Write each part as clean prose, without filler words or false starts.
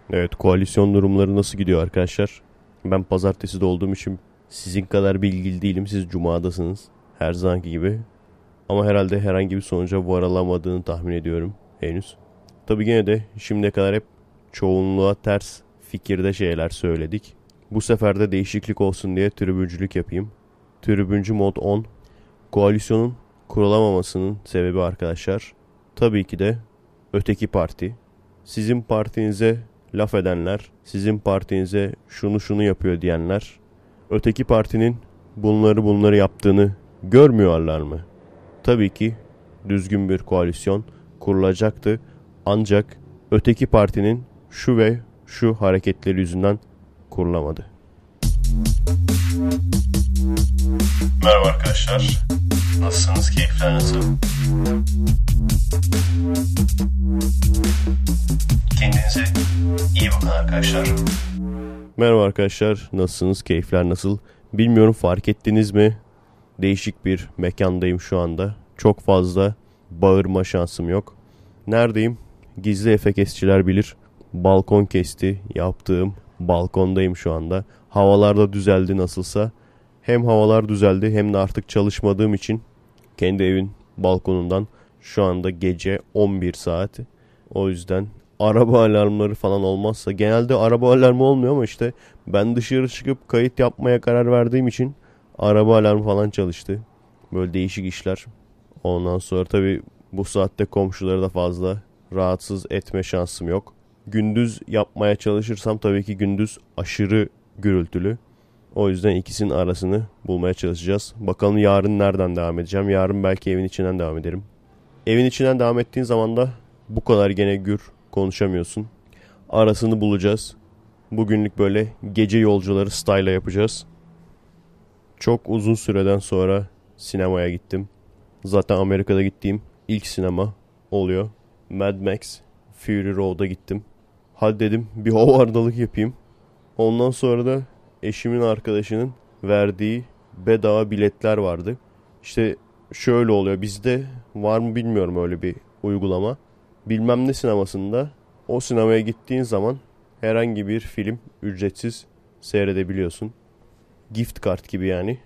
Evet, koalisyon durumları nasıl gidiyor arkadaşlar? Ben pazartesi de olduğum için sizin kadar bilgili değilim. Siz cumadasınız. Her zamanki gibi. Ama herhalde herhangi bir sonuca varılamadığını tahmin ediyorum henüz. Tabii gene de şimdiye kadar hep çoğunluğa ters fikirde şeyler söyledik. Bu sefer de değişiklik olsun diye tribüncülük yapayım. Tribüncü mod 10. Koalisyonun kurulamamasının sebebi arkadaşlar, tabii ki de öteki parti. Sizin partinize laf edenler, sizin partinize şunu şunu yapıyor diyenler, öteki partinin bunları yaptığını görmüyorlar mı? Tabii ki düzgün bir koalisyon kurulacaktı. Ancak öteki partinin şu ve şu hareketleri yüzünden kurulamadı. Merhaba arkadaşlar. Nasılsınız? Keyifler nasıl? Kendinize iyi bakın arkadaşlar. Merhaba arkadaşlar. Nasılsınız? Keyifler nasıl? Bilmiyorum, fark ettiniz mi? Değişik bir mekandayım şu anda. Çok fazla bağırma şansım yok. Neredeyim? Gizli Efe kesçiler bilir. Balkon kesti yaptığım balkondayım şu anda. Havalar da düzeldi nasılsa. Hem havalar düzeldi hem de artık çalışmadığım için kendi evin balkonundan şu anda gece 11 saat. O yüzden araba alarmları falan olmazsa, genelde araba alarmı olmuyor ama işte ben dışarı çıkıp kayıt yapmaya karar verdiğim için araba alarmı falan çalıştı. Böyle değişik işler. Ondan sonra tabii bu saatte komşuları da fazla rahatsız etme şansım yok. Gündüz yapmaya çalışırsam tabii ki gündüz aşırı gürültülü. O yüzden ikisinin arasını bulmaya çalışacağız. Bakalım yarın nereden devam edeceğim. Yarın belki evin içinden devam ederim. Evin içinden devam ettiğin zaman da bu kadar gene gür konuşamıyorsun. Arasını bulacağız. Bugünlük böyle gece yolcuları style'a yapacağız. Çok uzun süreden sonra sinemaya gittim. Zaten Amerika'da gittiğim ilk sinema oluyor. Mad Max Fury Road'a gittim. Hadi dedim bir hovardalık yapayım. Ondan sonra da eşimin arkadaşının verdiği bedava biletler vardı. İşte şöyle oluyor. Bizde var mı bilmiyorum öyle bir uygulama. Bilmem ne sinemasında o sinemaya gittiğin zaman herhangi bir film ücretsiz seyredebiliyorsun. Gift kart gibi yani.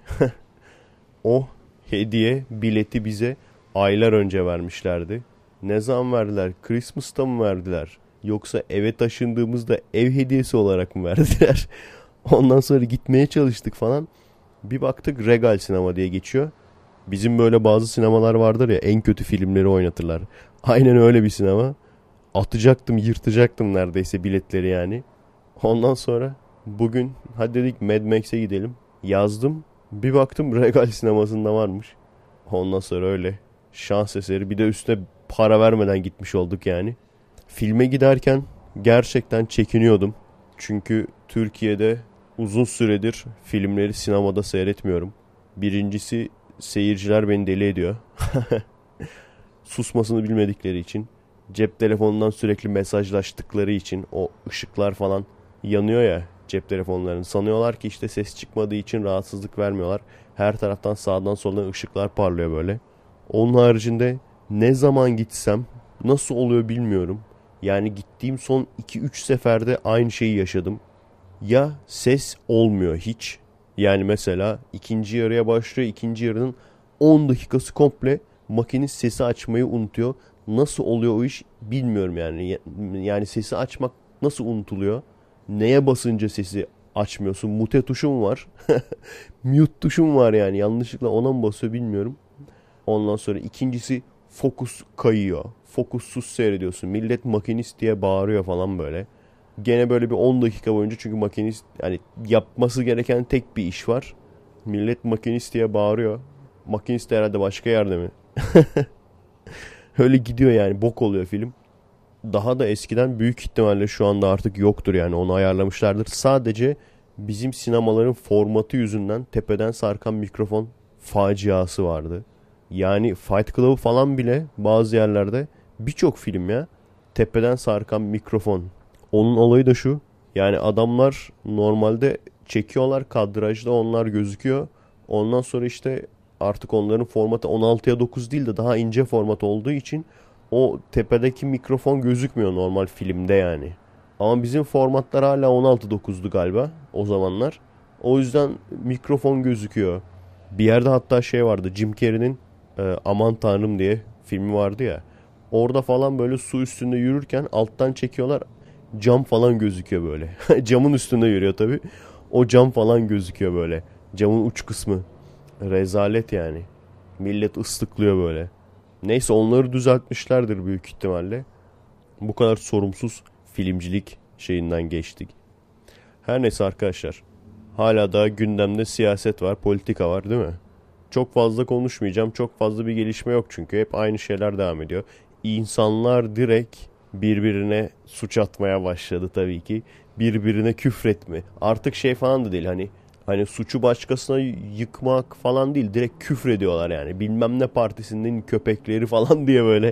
O hediye bileti bize aylar önce vermişlerdi. Ne zaman verdiler? Christmas'ta mı verdiler? Yoksa eve taşındığımızda ev hediyesi olarak mı verdiler? Ondan sonra gitmeye çalıştık falan. Bir baktık Regal Sinema diye geçiyor. Bizim böyle bazı sinemalar vardır ya, en kötü filmleri oynatırlar. Aynen öyle bir sinema. Atacaktım, yırtacaktım neredeyse biletleri yani. Ondan sonra bugün hadi dedik Mad Max'e gidelim. Yazdım. Bir baktım Regal sinemasında varmış. Ondan sonra öyle şans eseri, bir de üstüne para vermeden gitmiş olduk yani. Filme giderken gerçekten çekiniyordum. Çünkü Türkiye'de uzun süredir filmleri sinemada seyretmiyorum. Birincisi, seyirciler beni deli ediyor. Susmasını bilmedikleri için. Cep telefonundan sürekli mesajlaştıkları için o ışıklar falan yanıyor ya cep telefonlarının. Sanıyorlar ki işte ses çıkmadığı için rahatsızlık vermiyorlar. Her taraftan sağdan soldan ışıklar parlıyor böyle. Onun haricinde ne zaman gitsem nasıl oluyor bilmiyorum. Yani gittiğim son 2-3 seferde aynı şeyi yaşadım. Ya ses olmuyor hiç. Yani mesela ikinci yarıya başlıyor. İkinci yarının 10 dakikası komple makinist sesi açmayı unutuyor. Nasıl oluyor o iş bilmiyorum yani. Yani sesi açmak nasıl unutuluyor? Neye basınca sesi açmıyorsun? Mute tuşu mu var? Mute tuşu mu var yani? Yanlışlıkla ona mı basıyor bilmiyorum. Ondan sonra ikincisi, fokus kayıyor. Fokussuz seyrediyorsun. Millet makinist diye bağırıyor falan böyle. Gene böyle bir 10 dakika boyunca, çünkü makinist yani yapması gereken tek bir iş var. Millet makinist diye bağırıyor. Makinist de herhalde başka yerde mi? Öyle gidiyor yani, bok oluyor film. Daha da eskiden, büyük ihtimalle şu anda artık yoktur yani, onu ayarlamışlardır. Sadece bizim sinemaların formatı yüzünden tepeden sarkan mikrofon faciası vardı. Yani Fight Club falan bile bazı yerlerde, birçok film ya, tepeden sarkan mikrofon. Onun olayı da şu. Yani adamlar normalde çekiyorlar kadrajda, onlar gözüküyor. Ondan sonra işte artık onların formatı 16'ya 9 değil de daha ince format olduğu için o tepedeki mikrofon gözükmüyor normal filmde yani. Ama bizim formatlar hala 16:9'du galiba o zamanlar. O yüzden mikrofon gözüküyor. Bir yerde hatta şey vardı. Jim Carrey'nin Aman Tanrım diye filmi vardı ya. Orada falan böyle su üstünde yürürken alttan çekiyorlar. Cam falan gözüküyor böyle. Camın üstünde yürüyor tabii. O cam falan gözüküyor böyle. Camın uç kısmı. Rezalet yani. Millet ıslıklıyor böyle. Neyse onları düzeltmişlerdir büyük ihtimalle. Bu kadar sorumsuz filmcilik şeyinden geçtik. Her neyse arkadaşlar. Hala da gündemde siyaset var, politika var değil mi? Çok fazla konuşmayacağım. Çok fazla bir gelişme yok çünkü. Hep aynı şeyler devam ediyor. İnsanlar direkt birbirine suç atmaya başladı tabii ki. Birbirine küfretme. Artık şey falan da değil hani suçu başkasına yıkmak falan değil. Direkt küfrediyorlar yani. Bilmem ne partisinin köpekleri falan diye böyle.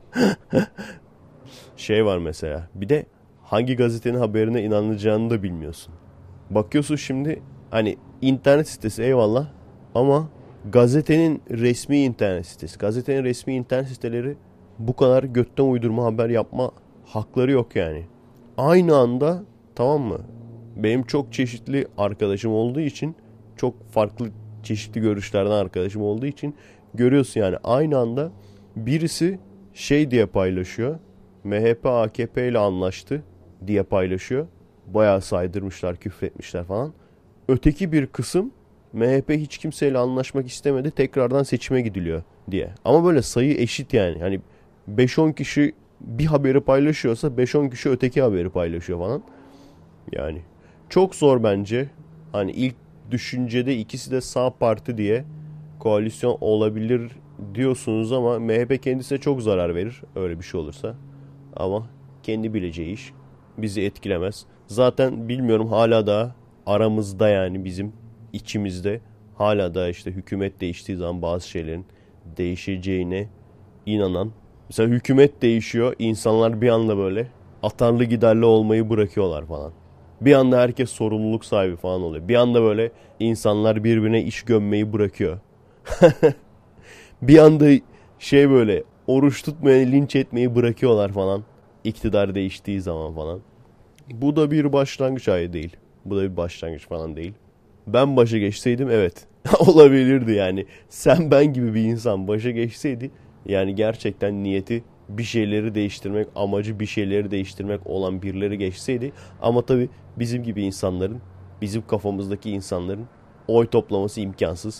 Şey var mesela. Bir de hangi gazetenin haberine inanacağını da bilmiyorsun. Bakıyorsun şimdi hani internet sitesi eyvallah ama gazetenin resmi internet sitesi. Gazetenin resmi internet siteleri bu kadar götten uydurma haber yapma hakları yok yani. Aynı anda tamam mı? Benim çok çeşitli arkadaşım olduğu için çok farklı çeşitli görüşlerden arkadaşım olduğu için görüyorsun yani aynı anda birisi şey diye paylaşıyor. MHP AKP ile anlaştı diye paylaşıyor. Bayağı saydırmışlar, küfretmişler falan. Öteki bir kısım MHP hiç kimseyle anlaşmak istemedi. Tekrardan seçime gidiliyor diye. Ama böyle sayı eşit yani. Hani 5-10 kişi bir haberi paylaşıyorsa 5-10 kişi öteki haberi paylaşıyor falan. Yani çok zor bence. Hani ilk düşüncede ikisi de sağ parti diye koalisyon olabilir diyorsunuz ama MHP kendisine çok zarar verir öyle bir şey olursa. Ama kendi bileceği iş bizi etkilemez. Zaten bilmiyorum hala da aramızda yani bizim içimizde hala da işte hükümet değiştiği zaman bazı şeylerin değişeceğine inanan. Mesela hükümet değişiyor, insanlar bir anda böyle atarlı giderli olmayı bırakıyorlar falan. Bir anda herkes sorumluluk sahibi falan oluyor. Bir anda böyle insanlar birbirine iş gömmeyi bırakıyor. Bir anda şey böyle oruç tutmayan linç etmeyi bırakıyorlar falan. İktidar değiştiği zaman falan. Bu da bir başlangıç ayı değil. Bu da bir başlangıç falan değil. Ben başa geçseydim evet olabilirdi yani. Sen ben gibi bir insan başa geçseydi yani gerçekten niyeti bir şeyleri değiştirmek, amacı bir şeyleri değiştirmek olan birileri geçseydi. Ama tabii bizim gibi insanların, bizim kafamızdaki insanların oy toplaması imkansız.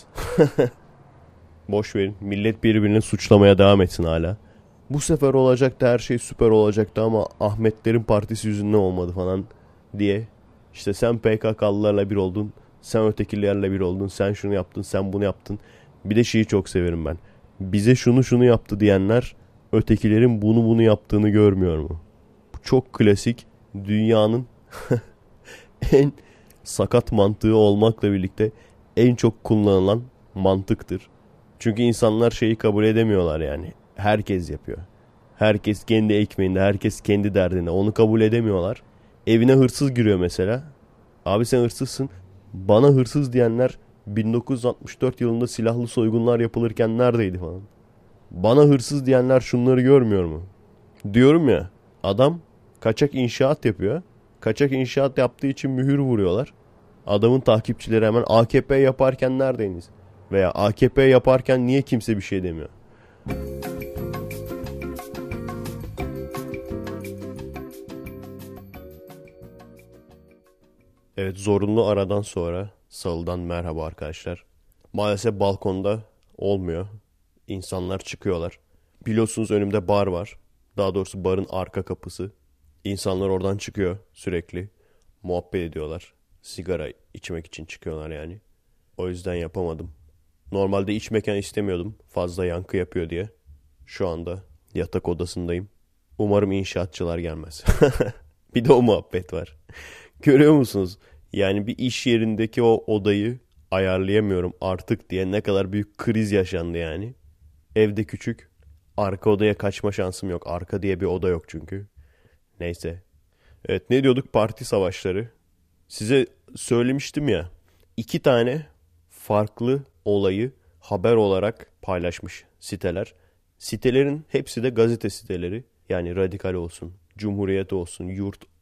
Boş verin. Millet birbirini suçlamaya devam etsin hala. Bu sefer olacaktı her şey süper olacaktı ama Ahmetlerin partisi yüzünden olmadı falan diye. İşte sen PKK'lılarla bir oldun. Sen ötekilerle bir oldun. Sen şunu yaptın. Sen bunu yaptın. Bir de şeyi çok severim ben. Bize şunu yaptı diyenler ötekilerin bunu yaptığını görmüyor mu? Bu çok klasik. Dünyanın en sakat mantığı olmakla birlikte en çok kullanılan mantıktır. Çünkü insanlar şeyi kabul edemiyorlar yani. Herkes yapıyor. Herkes kendi ekmeğinde, herkes kendi derdinde. Onu kabul edemiyorlar. Evine hırsız giriyor mesela. Abi sen hırsızsın. Bana hırsız diyenler 1964 yılında silahlı soygunlar yapılırken neredeydi falan. Bana hırsız diyenler şunları görmüyor mu? Diyorum ya, adam kaçak inşaat yapıyor. Kaçak inşaat yaptığı için mühür vuruyorlar. Adamın takipçileri hemen AKP yaparken neredeydiniz? Veya AKP yaparken niye kimse bir şey demiyor? Evet, zorunlu aradan sonra salıdan merhaba arkadaşlar. Maalesef balkonda olmuyor. İnsanlar çıkıyorlar. Biliyorsunuz önümde bar var. Daha doğrusu barın arka kapısı. İnsanlar oradan çıkıyor sürekli. Muhabbet ediyorlar. Sigara içmek için çıkıyorlar yani. O yüzden yapamadım. Normalde iç mekan istemiyordum. Fazla yankı yapıyor diye. Şu anda yatak odasındayım. Umarım inşaatçılar gelmez. Bir de o muhabbet var. Görüyor musunuz? Yani bir iş yerindeki o odayı ayarlayamıyorum artık diye ne kadar büyük kriz yaşandı yani. Evde küçük. Arka odaya kaçma şansım yok. Arka diye bir oda yok çünkü. Neyse. Evet, ne diyorduk? Parti savaşları. Size söylemiştim ya. 2 tane farklı olayı haber olarak paylaşmış siteler. Sitelerin hepsi de gazete siteleri. Yani Radikal olsun, Cumhuriyet olsun, Yurt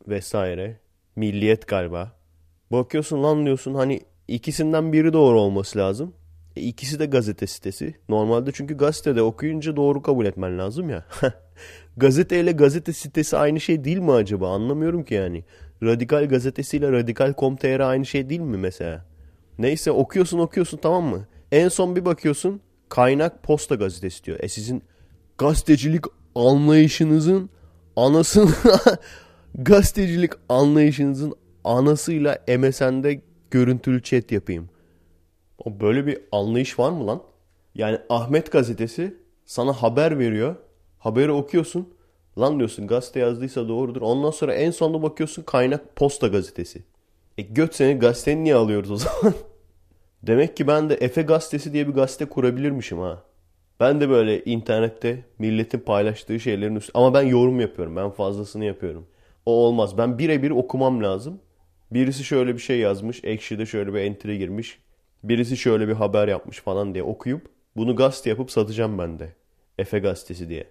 vesaire. Milliyet galiba. Bakıyorsun lan diyorsun hani ikisinden biri doğru olması lazım. İkisi de gazete sitesi. Normalde çünkü gazetede okuyunca doğru kabul etmen lazım ya. Gazeteyle gazete sitesi aynı şey değil mi acaba? Anlamıyorum ki yani. Radikal gazetesiyle radikal.com.tr aynı şey değil mi mesela? Neyse okuyorsun tamam mı? En son bir bakıyorsun kaynak Posta Gazetesi diyor. Sizin gazetecilik anlayışınızın anasını gazetecilik anlayışınızın anasıyla MSN'de görüntülü chat yapayım. O böyle bir anlayış var mı lan? Yani Ahmet gazetesi sana haber veriyor. Haberi okuyorsun. Lan diyorsun gazete yazdıysa doğrudur. Ondan sonra en sonunda bakıyorsun kaynak Posta Gazetesi. Göt seni gazeteni niye alıyoruz o zaman? Demek ki ben de Efe Gazetesi diye bir gazete kurabilirmişim ha. Ben de böyle internette milletin paylaştığı şeylerin üstüne... Ama ben yorum yapıyorum. Ben fazlasını yapıyorum. O olmaz. Ben birebir okumam lazım. Birisi şöyle bir şey yazmış. Ekşi'de şöyle bir entry girmiş. Birisi şöyle bir haber yapmış falan diye okuyup bunu gazete yapıp satacağım ben de. Efe Gazetesi diye.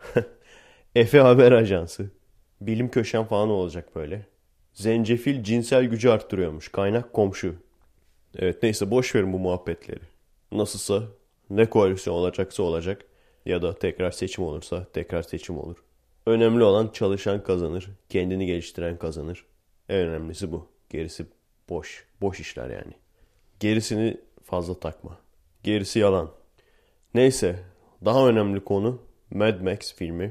Efe Haber Ajansı. Bilim köşem falan olacak böyle. Zencefil cinsel gücü arttırıyormuş. Kaynak komşu. Evet neyse boş verin bu muhabbetleri. Nasılsa ne koalisyon olacaksa olacak. Ya da tekrar seçim olursa tekrar seçim olur. Önemli olan çalışan kazanır. Kendini geliştiren kazanır. En önemlisi bu. Gerisi boş. Boş işler yani. Gerisini fazla takma. Gerisi yalan. Neyse. Daha önemli konu Mad Max filmi.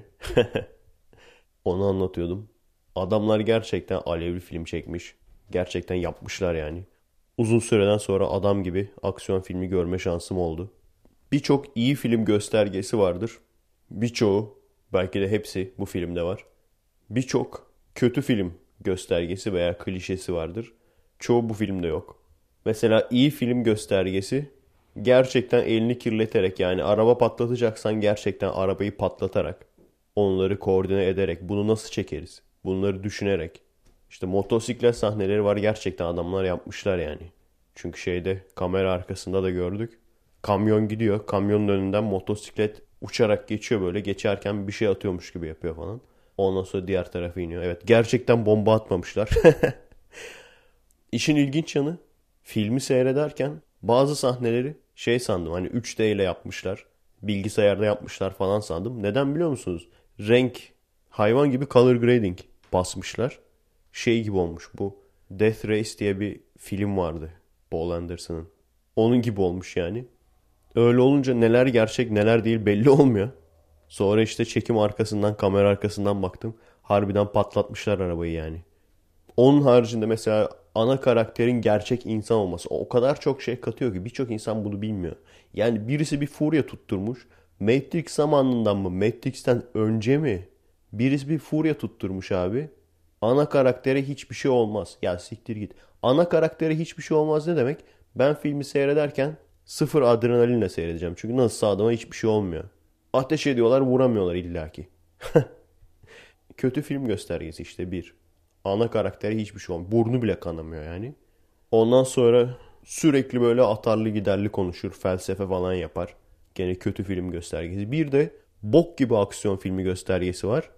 Onu anlatıyordum. Adamlar gerçekten alevli film çekmiş. Gerçekten yapmışlar yani. Uzun süreden sonra adam gibi aksiyon filmi görme şansım oldu. Birçok iyi film göstergesi vardır. Birçoğu, belki de hepsi bu filmde var. Birçok kötü film göstergesi veya klişesi vardır. Çoğu bu filmde yok. Mesela iyi film göstergesi gerçekten elini kirleterek yani araba patlatacaksan gerçekten arabayı patlatarak onları koordine ederek bunu nasıl çekeriz? Bunları düşünerek. İşte motosiklet sahneleri var gerçekten adamlar yapmışlar yani. Çünkü şeyde kamera arkasında da gördük. Kamyon gidiyor. Kamyonun önünden motosiklet uçarak geçiyor böyle. Geçerken bir şey atıyormuş gibi yapıyor falan. Ondan sonra diğer tarafa iniyor. Evet gerçekten bomba atmamışlar. İşin ilginç yanı filmi seyrederken bazı sahneleri şey sandım. Hani 3D ile yapmışlar. Bilgisayarda yapmışlar falan sandım. Neden biliyor musunuz? Renk hayvan gibi color grading basmışlar. Şey gibi olmuş bu. Death Race diye bir film vardı. Paul Anderson'ın. Onun gibi olmuş yani. Öyle olunca neler gerçek neler değil belli olmuyor. Sonra işte çekim arkasından kamera arkasından baktım. Harbiden patlatmışlar arabayı yani. Onun haricinde mesela ana karakterin gerçek insan olması o kadar çok şey katıyor ki birçok insan bunu bilmiyor. Yani birisi bir furya tutturmuş. Matrix zamanından mı Matrix'ten önce mi? Birisi bir furya tutturmuş abi. Ana karaktere hiçbir şey olmaz. Ya siktir git. Ana karaktere hiçbir şey olmaz ne demek? Ben filmi seyrederken sıfır adrenalinle seyredeceğim. Çünkü nasılsa adama hiçbir şey olmuyor. Ateş ediyorlar vuramıyorlar illaki. Kötü film göstergesi işte bir. Ana karaktere hiçbir şey olmuyor. Burnu bile kanamıyor yani. Ondan sonra sürekli böyle atarlı giderli konuşur. Felsefe falan yapar. Gene kötü film göstergesi. Bir de bok gibi aksiyon filmi göstergesi var.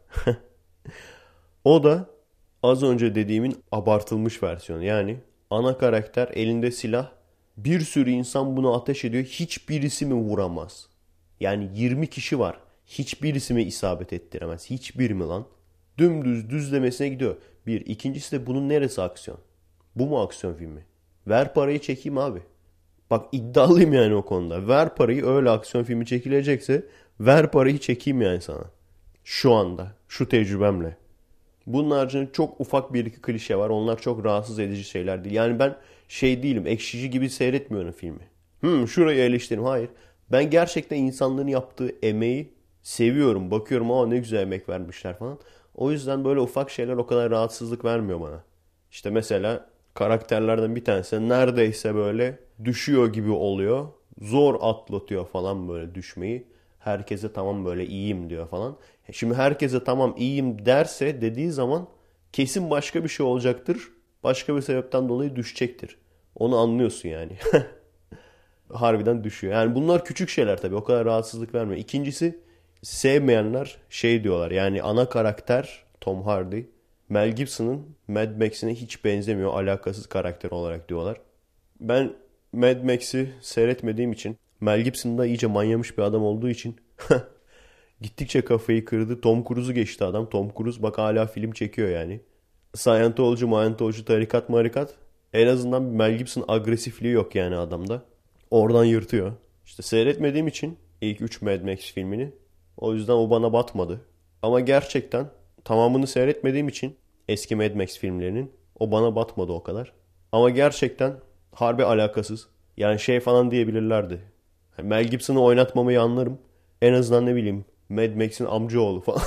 O da az önce dediğimin abartılmış versiyonu. Yani ana karakter elinde silah. Bir sürü insan bunu ateş ediyor. Hiçbirisi mi vuramaz? Yani 20 kişi var. Hiçbirisi mi isabet ettiremez? Hiçbir mi lan? Dümdüz düzlemesine gidiyor. Bir. İkincisi de bunun neresi aksiyon? Bu mu aksiyon filmi? Ver parayı çekeyim abi. Bak iddialıyım yani o konuda. Ver parayı öyle aksiyon filmi çekilecekse ver parayı çekeyim yani sana. Şu anda. Şu tecrübemle. Bunun haricinde çok ufak bir iki klişe var. Onlar çok rahatsız edici şeyler değil. Yani ben şey değilim. Ekşici gibi seyretmiyorum filmi. Şurayı eleştirim. Hayır. Ben gerçekten insanların yaptığı emeği seviyorum. Bakıyorum ama ne güzel emek vermişler falan. O yüzden böyle ufak şeyler o kadar rahatsızlık vermiyor bana. İşte mesela karakterlerden bir tanesi neredeyse böyle düşüyor gibi oluyor. Zor atlatıyor falan böyle düşmeyi. Herkese tamam böyle iyiyim diyor falan. Şimdi herkese tamam iyiyim derse dediği zaman kesin başka bir şey olacaktır. Başka bir sebepten dolayı düşecektir. Onu anlıyorsun yani. Harbiden düşüyor. Yani bunlar küçük şeyler tabii. O kadar rahatsızlık vermiyor. İkincisi sevmeyenler şey diyorlar. Yani ana karakter Tom Hardy Mel Gibson'ın Mad Max'ine hiç benzemiyor, alakasız karakter olarak diyorlar. Ben Mad Max'i seyretmediğim için, Mel Gibson da iyice manyamış bir adam olduğu için gittikçe kafayı kırdı. Tom Cruise'u geçti adam. Tom Cruise bak hala film çekiyor yani. Scientology, tarikat marikat. En azından bir Mel Gibson agresifliği yok yani adamda. Oradan yırtıyor. İşte seyretmediğim için ilk 3 Mad Max filmini. O yüzden o bana batmadı. Ama gerçekten tamamını seyretmediğim için eski Mad Max filmlerinin o bana batmadı o kadar. Ama gerçekten harbi alakasız. Yani şey falan diyebilirlerdi. Mel Gibson'ı oynatmamayı anlarım. En azından ne bileyim Mad Max'in amcaoğlu falan.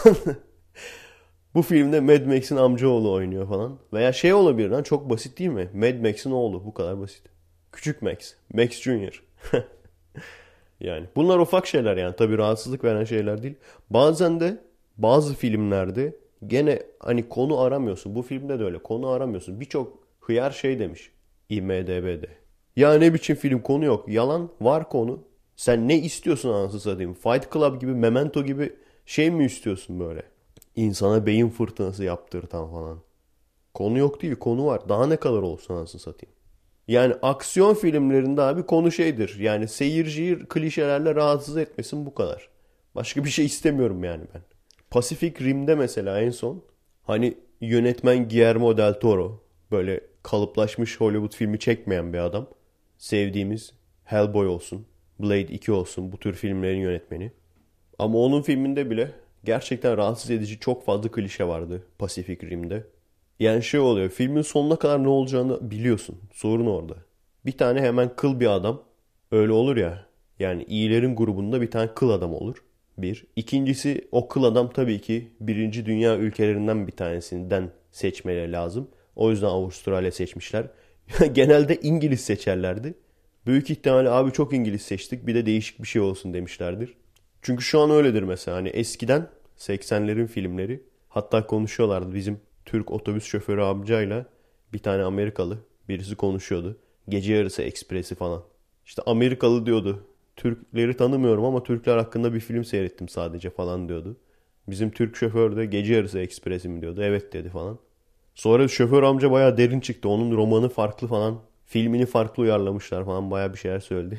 Bu filmde Mad Max'in amcaoğlu oynuyor falan. Veya şey olabilir lan, çok basit değil mi? Mad Max'in oğlu, bu kadar basit. Küçük Max. Max Junior. Yani bunlar ufak şeyler yani. Tabii rahatsızlık veren şeyler değil. Bazen de bazı filmlerde gene hani konu aramıyorsun. Bu filmde de öyle. Konu aramıyorsun. Birçok hıyar şey demiş IMDb'de. Ya ne biçim film, konu yok. Yalan, var konu. Sen ne istiyorsun anasını satayım? Fight Club gibi, Memento gibi şey mi istiyorsun böyle? İnsana beyin fırtınası yaptırtan falan. Konu yok değil, konu var. Daha ne kadar olsun anasını satayım. Yani aksiyon filmlerinde abi konu şeydir. Yani seyirciyi klişelerle rahatsız etmesin, bu kadar. Başka bir şey istemiyorum yani ben. Pacific Rim'de mesela en son hani yönetmen Guillermo del Toro, böyle kalıplaşmış Hollywood filmi çekmeyen bir adam. Sevdiğimiz Hellboy olsun, Blade 2 olsun, bu tür filmlerin yönetmeni. Ama onun filminde bile gerçekten rahatsız edici çok fazla klişe vardı Pacific Rim'de. Yani şey oluyor, filmin sonuna kadar ne olacağını biliyorsun. Sorun orada. Bir tane hemen kıl bir adam. Öyle olur ya. Yani iyilerin grubunda bir tane kıl adam olur. Bir. İkincisi, o kıl adam tabii ki birinci dünya ülkelerinden bir tanesinden seçmeleri lazım. O yüzden Avustralya seçmişler. Genelde İngiliz seçerlerdi. Büyük ihtimalle abi çok İngiliz seçtik, bir de değişik bir şey olsun demişlerdir. Çünkü şu an öyledir mesela. Hani eskiden 80'lerin filmleri, hatta konuşuyorlardı bizim Türk otobüs şoförü amcayla bir tane Amerikalı birisi konuşuyordu. Gece Yarısı Ekspresi falan. İşte Amerikalı diyordu. Türkleri tanımıyorum ama Türkler hakkında bir film seyrettim sadece falan diyordu. Bizim Türk şoför de Gece Yarısı Ekspresi mi diyordu. Evet dedi falan. Sonra şoför amca bayağı derin çıktı. Onun romanı farklı falan. Filmini farklı uyarlamışlar falan. Bayağı bir şeyler söyledi.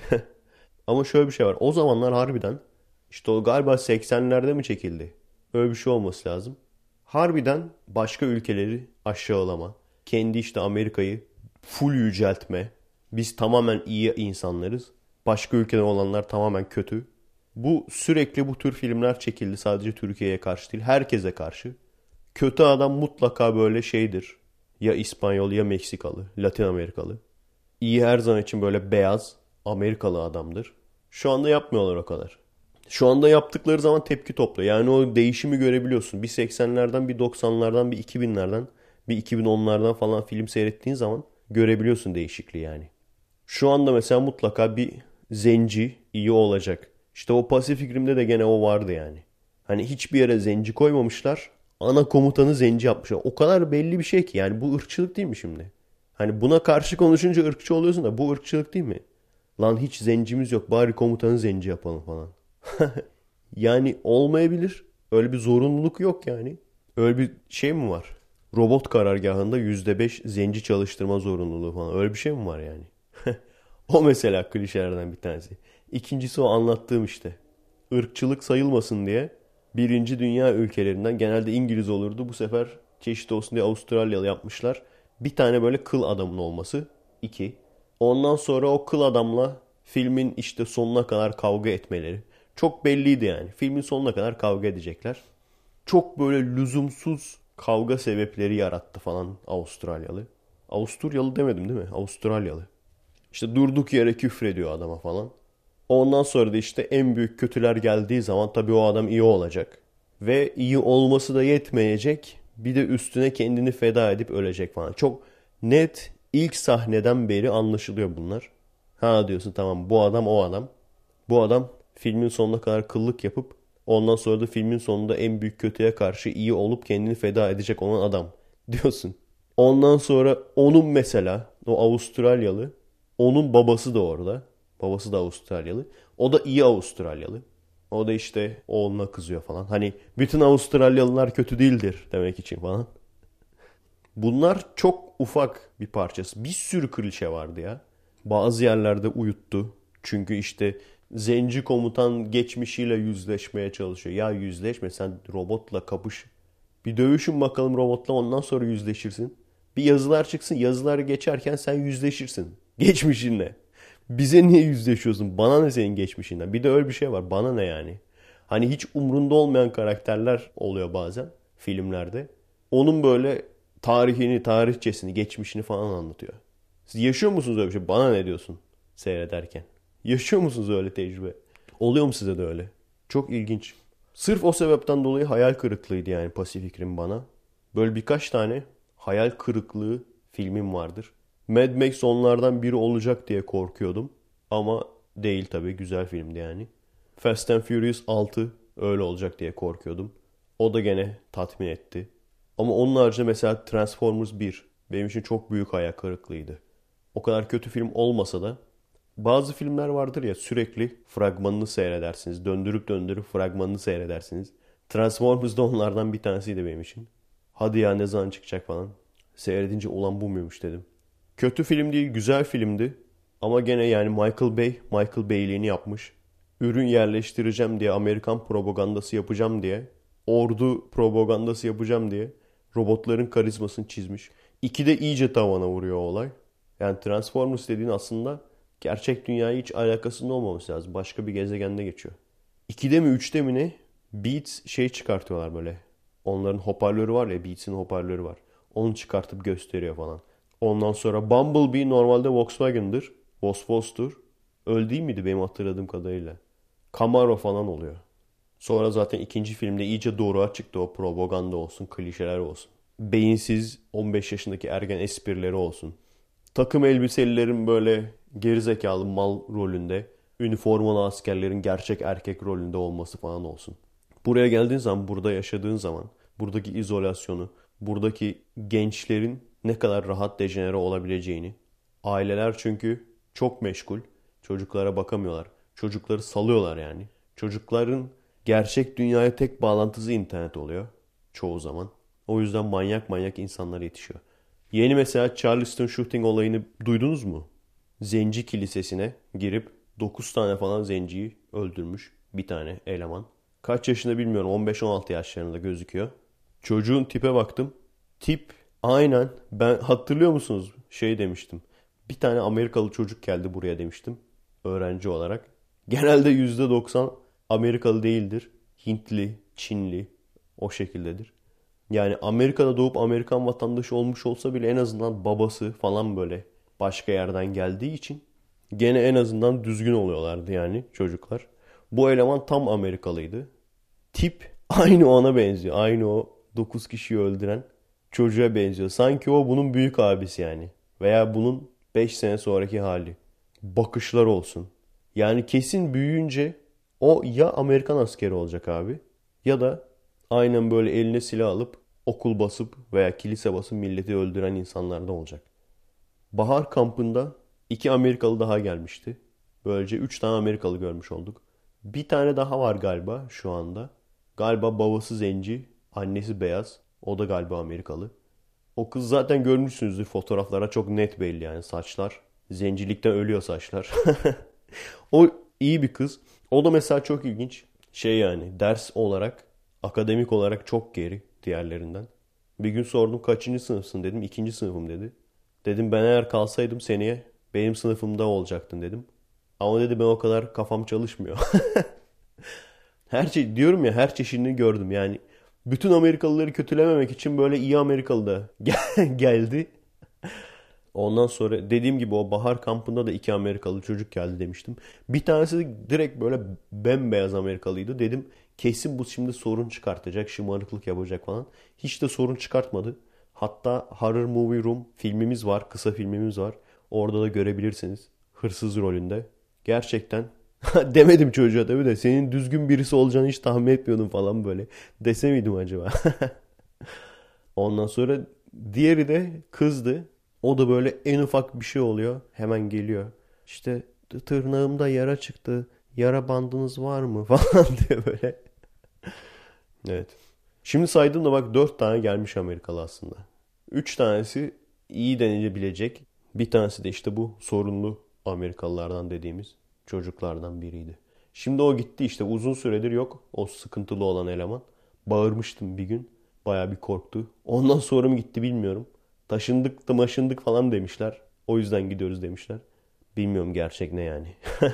Ama şöyle bir şey var. O zamanlar harbiden işte o galiba 80'lerde mi çekildi? Öyle bir şey olması lazım. Harbiden başka ülkeleri aşağılama. Kendi işte Amerika'yı full yüceltme. Biz tamamen iyi insanlarız. Başka ülkede olanlar tamamen kötü. Bu sürekli bu tür filmler çekildi. Sadece Türkiye'ye karşı değil, herkese karşı. Kötü adam mutlaka böyle şeydir. Ya İspanyol ya Meksikalı, Latin Amerikalı. İyi her zaman için böyle beyaz Amerikalı adamdır. Şu anda yapmıyorlar o kadar. Şu anda yaptıkları zaman tepki topluyor. Yani o değişimi görebiliyorsun. Bir 80'lerden, bir 90'lardan, bir 2000'lerden, bir 2010'lardan falan film seyrettiğin zaman görebiliyorsun değişikliği yani. Şu anda mesela mutlaka bir zenci iyi olacak. İşte o Pasifik Rim'de de gene o vardı yani. Hani hiçbir yere zenci koymamışlar. Ana komutanı zenci yapmışlar. O kadar belli bir şey ki yani, bu ırkçılık değil mi şimdi? Hani buna karşı konuşunca ırkçı oluyorsun da bu ırkçılık değil mi? Lan hiç zencimiz yok, bari komutanı zenci yapalım falan. Yani olmayabilir. Öyle bir zorunluluk yok yani. Öyle bir şey mi var? Robot karargahında %5 zenci çalıştırma zorunluluğu falan. Öyle bir şey mi var yani? O mesela klişelerden bir tanesi. İkincisi o anlattığım işte. Irkçılık sayılmasın diye birinci dünya ülkelerinden, genelde İngiliz olurdu. Bu sefer çeşit olsun diye Avustralyalı yapmışlar. Bir tane böyle kıl adamın olması. İki. Ondan sonra o kıl adamla filmin işte sonuna kadar kavga etmeleri. Çok belliydi yani. Filmin sonuna kadar kavga edecekler. Çok böyle lüzumsuz kavga sebepleri yarattı falan Avustralyalı. Avusturyalı demedim değil mi? Avustralyalı. İşte durduk yere küfrediyor adama falan. Ondan sonra da işte en büyük kötüler geldiği zaman tabii o adam iyi olacak. Ve iyi olması da yetmeyecek. Bir de üstüne kendini feda edip ölecek falan. Çok net ilk sahneden beri anlaşılıyor bunlar. Ha diyorsun, tamam bu adam o adam. Bu adam filmin sonuna kadar kıllık yapıp ondan sonra da filmin sonunda en büyük kötüye karşı iyi olup kendini feda edecek olan adam diyorsun. Ondan sonra onun mesela o Avustralyalı, onun babası da orada. Babası da Avustralyalı. O da iyi Avustralyalı. O da işte oğluna kızıyor falan. Hani bütün Avustralyalılar kötü değildir demek için falan. Bunlar çok ufak bir parçası. Bir sürü klişe vardı ya. Bazı yerlerde uyuttu. Çünkü işte zenci komutan geçmişiyle yüzleşmeye çalışıyor. Ya yüzleşme, sen robotla kapış. Bir dövüşün bakalım robotla, ondan sonra yüzleşirsin. Bir yazılar çıksın, yazılar geçerken sen yüzleşirsin. Geçmişinle. Bize niye yüzleşiyorsun? Bana ne senin geçmişinden? Bir de öyle bir şey var. Bana ne yani? Hani hiç umrunda olmayan karakterler oluyor bazen filmlerde. Onun böyle tarihini, tarihçesini, geçmişini falan anlatıyor. Siz yaşıyor musunuz öyle bir şey? Bana ne diyorsun seyrederken? Yaşıyor musunuz öyle tecrübe? Oluyor mu size de öyle? Çok ilginç. Sırf o sebepten dolayı hayal kırıklığıydı yani Pacific Rim bana. Böyle birkaç tane hayal kırıklığı filmim vardır. Mad Max onlardan biri olacak diye korkuyordum. Ama değil tabii, güzel filmdi yani. Fast and Furious 6 öyle olacak diye korkuyordum. O da gene tatmin etti. Ama onun haricinde mesela Transformers 1 benim için çok büyük hayal kırıklığıydı. O kadar kötü film olmasa da bazı filmler vardır ya, sürekli fragmanını seyredersiniz. Döndürüp döndürüp fragmanını seyredersiniz. Transformers da onlardan bir tanesiydi benim için. Hadi ya, ne zaman çıkacak falan. Seyredince ulan bu muymuş dedim. Kötü film değil, güzel filmdi. Ama gene yani Michael Bay'liğini yapmış. Ürün yerleştireceğim diye, Amerikan propagandası yapacağım diye, ordu propagandası yapacağım diye robotların karizmasını çizmiş. İki de iyice tavana vuruyor o olay. Yani Transformers dediğin aslında gerçek dünyaya hiç alakasında olmaması lazım. Başka bir gezegende geçiyor. 2'de mi 3'te mi ne? Beats şey çıkartıyorlar böyle. Onların hoparlörü var ya, Beats'in hoparlörü var. Onu çıkartıp gösteriyor falan. Ondan sonra Bumblebee normalde Volkswagen'dır. Vosvos'tur. Öyle değil miydi benim hatırladığım kadarıyla? Camaro falan oluyor. Sonra zaten ikinci filmde iyice doğruğa çıktı, o propaganda olsun, klişeler olsun. Beyinsiz 15 yaşındaki ergen esprileri olsun. Takım elbiselilerin böyle gerizekalı mal rolünde, üniformalı askerlerin gerçek erkek rolünde olması falan olsun. Buraya geldiğin zaman, burada yaşadığın zaman, buradaki izolasyonu, buradaki gençlerin ne kadar rahat dejenere olabileceğini. Aileler çünkü çok meşgul. Çocuklara bakamıyorlar. Çocukları salıyorlar yani. Çocukların gerçek dünyaya tek bağlantısı internet oluyor çoğu zaman. O yüzden manyak manyak insanlar yetişiyor. Yeni mesela Charleston shooting olayını duydunuz mu? Zenci kilisesine girip 9 tane falan zenciyi öldürmüş bir tane eleman. Kaç yaşında bilmiyorum, 15-16 yaşlarında gözüküyor. Çocuğun tipe baktım. Tip aynen, ben hatırlıyor musunuz şey demiştim. Bir tane Amerikalı çocuk geldi buraya demiştim öğrenci olarak. Genelde %90 Amerikalı değildir. Hintli, Çinli, o şekildedir. Yani Amerika'da doğup Amerikan vatandaşı olmuş olsa bile en azından babası falan böyle başka yerden geldiği için gene en azından düzgün oluyorlardı yani çocuklar. Bu eleman tam Amerikalıydı. Tip aynı ona benziyor. Aynı o 9 kişiyi öldüren çocuğa benziyor. Sanki o bunun büyük abisi yani. Veya bunun 5 sene sonraki hali. Bakışlar olsun. Yani kesin büyüyünce o ya Amerikan askeri olacak abi, ya da aynen böyle eline silah alıp okul basıp veya kilise basıp milleti öldüren insanlar da olacak. Bahar kampında 2 Amerikalı daha gelmişti. Böylece 3 tane Amerikalı görmüş olduk. Bir tane daha var galiba şu anda. Galiba babası zenci, annesi beyaz. O da galiba Amerikalı. O kız zaten görmüşsünüzdür fotoğraflara, çok net belli yani saçlar. Zencilikten ölüyor saçlar. O iyi bir kız. O da mesela çok ilginç. Şey yani ders olarak, akademik olarak çok geri diğerlerinden. Bir gün sordum kaçıncı sınıfsın dedim. 2. sınıfım dedi. Dedim ben eğer kalsaydım seneye benim sınıfımda olacaktın dedim. Ama dedi ben o kadar kafam çalışmıyor. Her şey diyorum ya, her çeşidini gördüm yani. Bütün Amerikalıları kötülememek için böyle iyi Amerikalı da geldi. Ondan sonra dediğim gibi o bahar kampında da 2 Amerikalı çocuk geldi demiştim. Bir tanesi de direkt böyle bembeyaz Amerikalıydı. Dedim kesin bu şimdi sorun çıkartacak, şımarıklık yapacak falan. Hiç de sorun çıkartmadı. Hatta Horror Movie Room filmimiz var, kısa filmimiz var. Orada da görebilirsiniz. Hırsız rolünde. Gerçekten demedim çocuğa tabii de, senin düzgün birisi olacağını hiç tahmin etmiyordum falan böyle. Dese miydim acaba? Ondan sonra diğeri de kızdı. O da böyle en ufak bir şey oluyor, hemen geliyor. İşte tırnağımda yara çıktı. Yara bandınız var mı falan diye böyle. Evet. Şimdi saydım da bak 4 tane gelmiş Amerikalı aslında. 3 tanesi iyi denilebilecek. Bir tanesi de işte bu sorunlu Amerikalılardan dediğimiz çocuklardan biriydi. Şimdi o gitti işte, uzun süredir yok o sıkıntılı olan eleman. Bağırmıştım bir gün. Baya bir korktu. Ondan sonra mı gitti bilmiyorum. Taşındık da maşındık falan demişler. O yüzden gidiyoruz demişler. Bilmiyorum gerçek ne yani.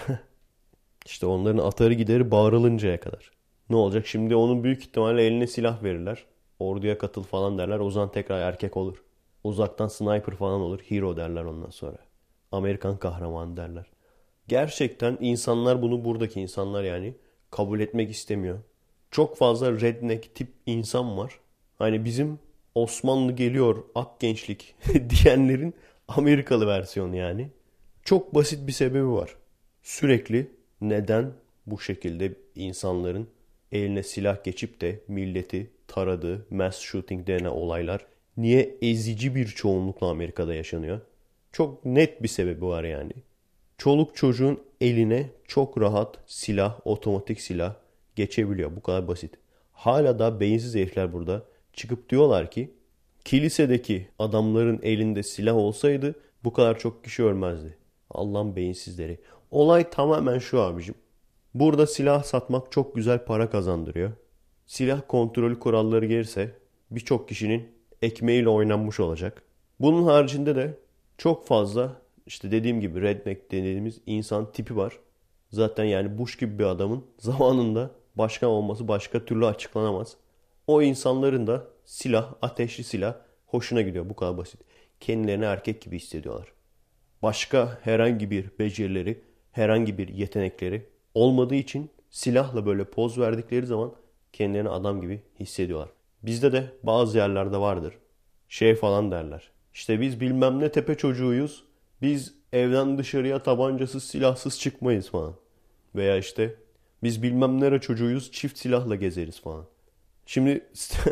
İşte onların atarı gideri bağırılıncaya kadar. Ne olacak? Şimdi onun büyük ihtimalle eline silah verirler. Orduya katıl falan derler. O zaman tekrar erkek olur. Uzaktan sniper falan olur. Hero derler ondan sonra. Amerikan kahramanı derler. Gerçekten insanlar bunu, buradaki insanlar yani, kabul etmek istemiyor. Çok fazla redneck tip insan var. Hani bizim Osmanlı geliyor ak gençlik diyenlerin Amerikalı versiyonu yani. Çok basit bir sebebi var. Sürekli neden bu şekilde insanların eline silah geçip de milleti taradığı mass shooting denen olaylar niye ezici bir çoğunlukla Amerika'da yaşanıyor? Çok net bir sebebi var yani. Çoluk çocuğun eline çok rahat silah, otomatik silah geçebiliyor. Bu kadar basit. Hala da beyinsiz herifler burada çıkıp diyorlar ki kilisedeki adamların elinde silah olsaydı bu kadar çok kişi ölmezdi. Allah'ın beyinsizleri. Olay tamamen şu abicim. Burada silah satmak çok güzel para kazandırıyor. Silah kontrolü kuralları gelirse birçok kişinin ekmeğiyle oynanmış olacak. Bunun haricinde de çok fazla işte dediğim gibi redneck dediğimiz insan tipi var. Zaten yani Bush gibi bir adamın zamanında başkan olması başka türlü açıklanamaz. O insanların da silah, ateşli silah hoşuna gidiyor. Bu kadar basit. Kendilerini erkek gibi hissediyorlar. Başka herhangi bir becerileri, herhangi bir yetenekleri olmadığı için silahla böyle poz verdikleri zaman kendilerini adam gibi hissediyorlar. Bizde de bazı yerlerde vardır. Şey falan derler. İşte biz bilmem ne tepe çocuğuyuz. Biz evden dışarıya tabancasız, silahsız çıkmayız falan. Veya işte biz bilmem nere çocuğuyuz, çift silahla gezeriz falan. Şimdi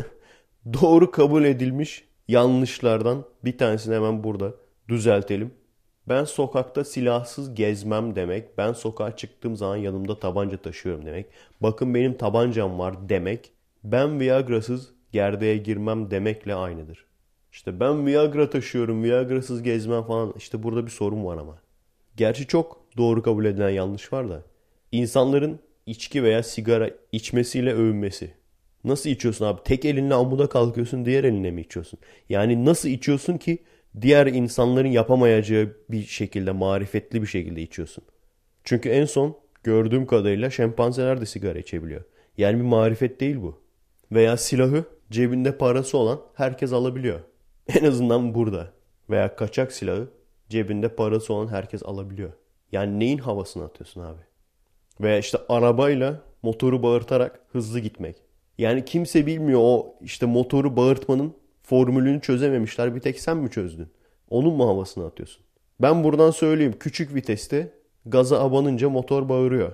doğru kabul edilmiş yanlışlardan bir tanesini hemen burada düzeltelim. Ben sokakta silahsız gezmem demek, ben sokağa çıktığım zaman yanımda tabanca taşıyorum demek, bakın benim tabancam var demek, ben Viagra'sız gerdeğe girmem demekle aynıdır. İşte ben Viagra taşıyorum, Viagra'sız gezmem falan, işte burada bir sorun var ama. Gerçi çok doğru kabul edilen yanlış var da. İnsanların içki veya sigara içmesiyle övünmesi. Nasıl içiyorsun abi? Tek elinle amuda kalkıyorsun, diğer elinle mi içiyorsun? Yani nasıl içiyorsun ki diğer insanların yapamayacağı bir şekilde, marifetli bir şekilde içiyorsun? Çünkü en son gördüğüm kadarıyla şempanzeler de sigara içebiliyor. Yani bir marifet değil bu. Veya silahı cebinde parası olan herkes alabiliyor. En azından burada. Veya kaçak silahı cebinde parası olan herkes alabiliyor. Yani neyin havasını atıyorsun abi? Veya işte arabayla motoru bağırtarak hızlı gitmek. Yani kimse bilmiyor, o işte motoru bağırtmanın formülünü çözememişler. Bir tek sen mi çözdün? Onun mu havasını atıyorsun? Ben buradan söyleyeyim. Küçük viteste gaza abanınca motor bağırıyor.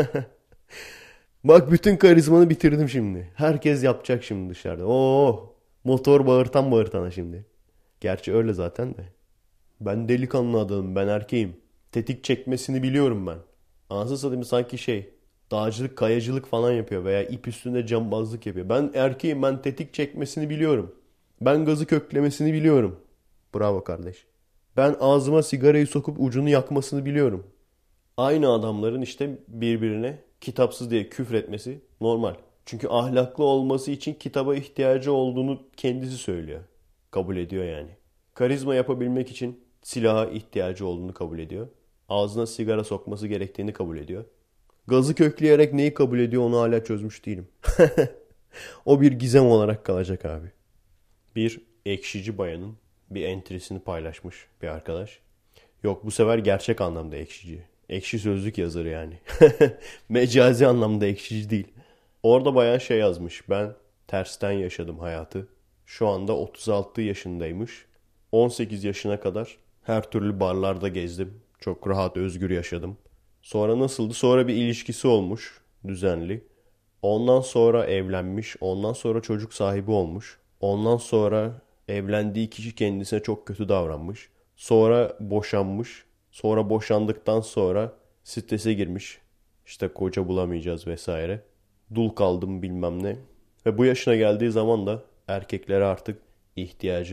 Bak bütün karizmanı bitirdim şimdi. Herkes yapacak şimdi dışarıda. Oo, motor bağırtan bağırtana şimdi. Gerçi öyle zaten de. Ben delikanlı adamım, ben erkeğim. Tetik çekmesini biliyorum ben. Anasını satayım, sanki şey, dağcılık, kayacılık falan yapıyor veya ip üstünde cambazlık yapıyor. Ben erkeğim, ben tetik çekmesini biliyorum. Ben gazı köklemesini biliyorum. Bravo kardeş. Ben ağzıma sigarayı sokup ucunu yakmasını biliyorum. Aynı adamların işte birbirine kitapsız diye küfretmesi normal. Çünkü ahlaklı olması için kitaba ihtiyacı olduğunu kendisi söylüyor. Kabul ediyor yani. Karizma yapabilmek için silaha ihtiyacı olduğunu kabul ediyor. Ağzına sigara sokması gerektiğini kabul ediyor. Gazı kökleyerek neyi kabul ediyor onu hala çözmüş değilim. O bir gizem olarak kalacak abi. Bir ekşici bayanın bir entrisini paylaşmış bir arkadaş. Yok, bu sefer gerçek anlamda ekşici. Ekşi sözlük yazarı yani. Mecazi anlamda ekşici değil. Orada bayan şey yazmış. Ben tersten yaşadım hayatı. Şu anda 36 yaşındaymış. 18 yaşına kadar her türlü barlarda gezdim. Çok rahat, özgür yaşadım. Sonra nasıldı? Sonra bir ilişkisi olmuş. Düzenli. Ondan sonra evlenmiş. Ondan sonra çocuk sahibi olmuş. Ondan sonra evlendiği kişi kendisine çok kötü davranmış. Sonra boşanmış. Sonra boşandıktan sonra strese girmiş. İşte koca bulamayacağız vesaire. Dul kaldım bilmem ne. Ve bu yaşına geldiği zaman da erkeklere artık ihtiyacının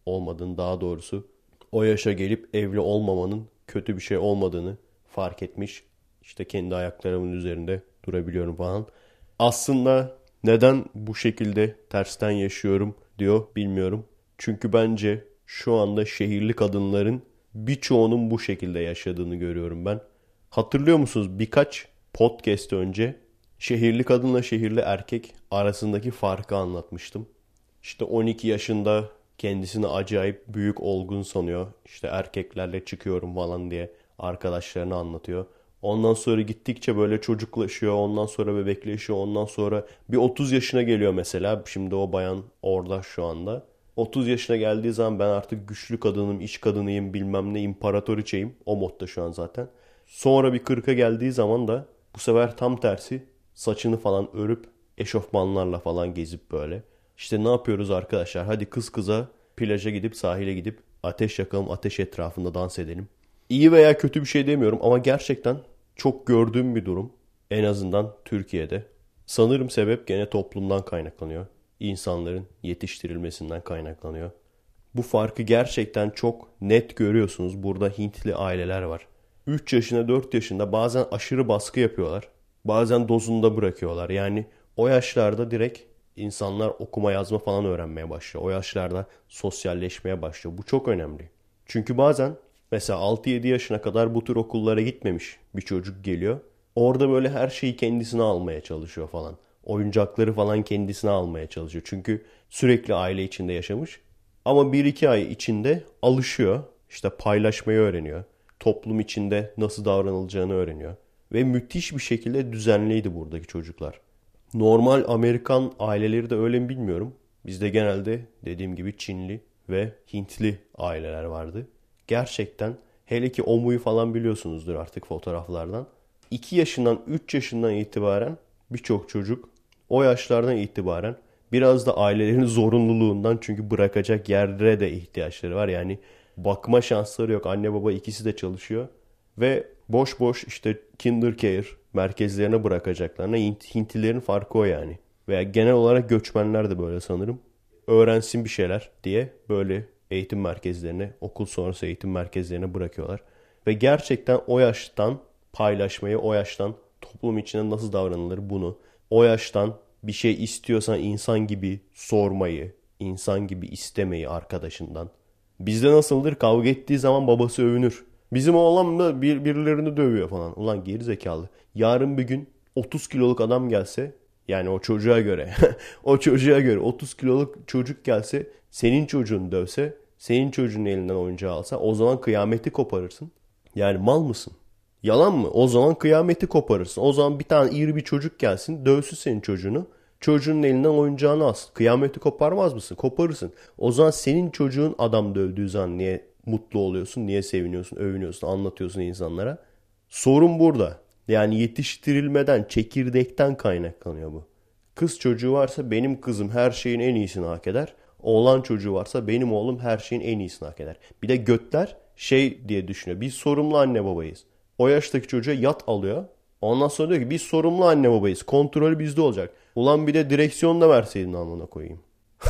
olmadığını, daha doğrusu o yaşa gelip evli olmamanın kötü bir şey olmadığını fark etmiş. İşte kendi ayaklarımın üzerinde durabiliyorum falan. Aslında neden bu şekilde tersten yaşıyorum diyor bilmiyorum. Çünkü bence şu anda şehirli kadınların birçoğunun bu şekilde yaşadığını görüyorum ben. Hatırlıyor musunuz, birkaç podcast önce şehirli kadınla şehirli erkek arasındaki farkı anlatmıştım. İşte 12 yaşında kendisini acayip büyük olgun sanıyor. İşte erkeklerle çıkıyorum falan diye arkadaşlarına anlatıyor. Ondan sonra gittikçe böyle çocuklaşıyor. Ondan sonra bebekleşiyor. Ondan sonra bir 30 yaşına geliyor mesela. Şimdi o bayan orada şu anda. 30 yaşına geldiği zaman ben artık güçlü kadınım, iş kadınıyım, bilmem ne, imparatoriçeyim. O modda şu an zaten. Sonra bir 40'a geldiği zaman da bu sefer tam tersi saçını falan örüp eşofmanlarla falan gezip böyle. İşte ne yapıyoruz arkadaşlar? Hadi kız kıza plaja gidip sahile gidip ateş yakalım, ateş etrafında dans edelim. İyi veya kötü bir şey demiyorum ama gerçekten çok gördüğüm bir durum. En azından Türkiye'de. Sanırım sebep gene toplumdan kaynaklanıyor. İnsanların yetiştirilmesinden kaynaklanıyor. Bu farkı gerçekten çok net görüyorsunuz. Burada Hintli aileler var. 3 yaşında 4 yaşında bazen aşırı baskı yapıyorlar. Bazen dozunda bırakıyorlar. Yani o yaşlarda direkt insanlar okuma yazma falan öğrenmeye başlıyor. O yaşlarda sosyalleşmeye başlıyor. Bu çok önemli. Çünkü bazen mesela 6-7 yaşına kadar bu tür okullara gitmemiş bir çocuk geliyor. Orada böyle her şeyi kendisine almaya çalışıyor falan. Oyuncakları falan kendisine almaya çalışıyor. Çünkü sürekli aile içinde yaşamış. Ama 1-2 ay içinde alışıyor. İşte paylaşmayı öğreniyor. Toplum içinde nasıl davranılacağını öğreniyor. Ve müthiş bir şekilde düzenliydi buradaki çocuklar. Normal Amerikan aileleri de öyle mi bilmiyorum. Bizde genelde dediğim gibi Çinli ve Hintli aileler vardı. Gerçekten hele ki Omu'yu falan biliyorsunuzdur artık fotoğraflardan. 2 yaşından 3 yaşından itibaren birçok çocuk o yaşlardan itibaren biraz da ailelerin zorunluluğundan, çünkü bırakacak yere de ihtiyaçları var. Yani bakma şansları yok. Anne baba ikisi de çalışıyor. Ve boş boş işte kinder care merkezlerine bırakacaklarına, Hintlilerin farkı o yani. Veya genel olarak göçmenler de böyle sanırım. Öğrensin bir şeyler diye böyle eğitim merkezlerine, okul sonrası eğitim merkezlerine bırakıyorlar. Ve gerçekten o yaştan paylaşmayı, o yaştan toplum içinde nasıl davranılır bunu, o yaştan bir şey istiyorsan insan gibi sormayı, insan gibi istemeyi arkadaşından. Bizde nasıldır? Kavga ettiği zaman babası övünür. Bizim oğlan da birilerini dövüyor falan. Ulan geri zekalı. Yarın bir gün 30 kiloluk adam gelse, yani o çocuğa göre o çocuğa göre 30 kiloluk çocuk gelse, senin çocuğunu dövse, senin çocuğun elinden oyuncağı alsa, o zaman kıyameti koparırsın. Yani mal mısın? Yalan mı? O zaman kıyameti koparırsın. O zaman bir tane iri bir çocuk gelsin, dövsün senin çocuğunu. Çocuğun elinden oyuncağını alsın. Kıyameti koparmaz mısın? Koparırsın. O zaman senin çocuğun adam dövdüğü zaman niye mutlu oluyorsun? Niye seviniyorsun, övünüyorsun, anlatıyorsun insanlara? Sorun burada. Yani yetiştirilmeden, çekirdekten kaynaklanıyor bu. Kız çocuğu varsa benim kızım her şeyin en iyisini hak eder. Oğlan çocuğu varsa benim oğlum her şeyin en iyisini hak eder. Bir de götler şey diye düşünüyor. Biz sorumlu anne babayız. O yaştaki çocuğa yat alıyor. Ondan sonra diyor ki biz sorumlu anne babayız. Kontrolü bizde olacak. Ulan bir de direksiyon da verseydin amına koyayım.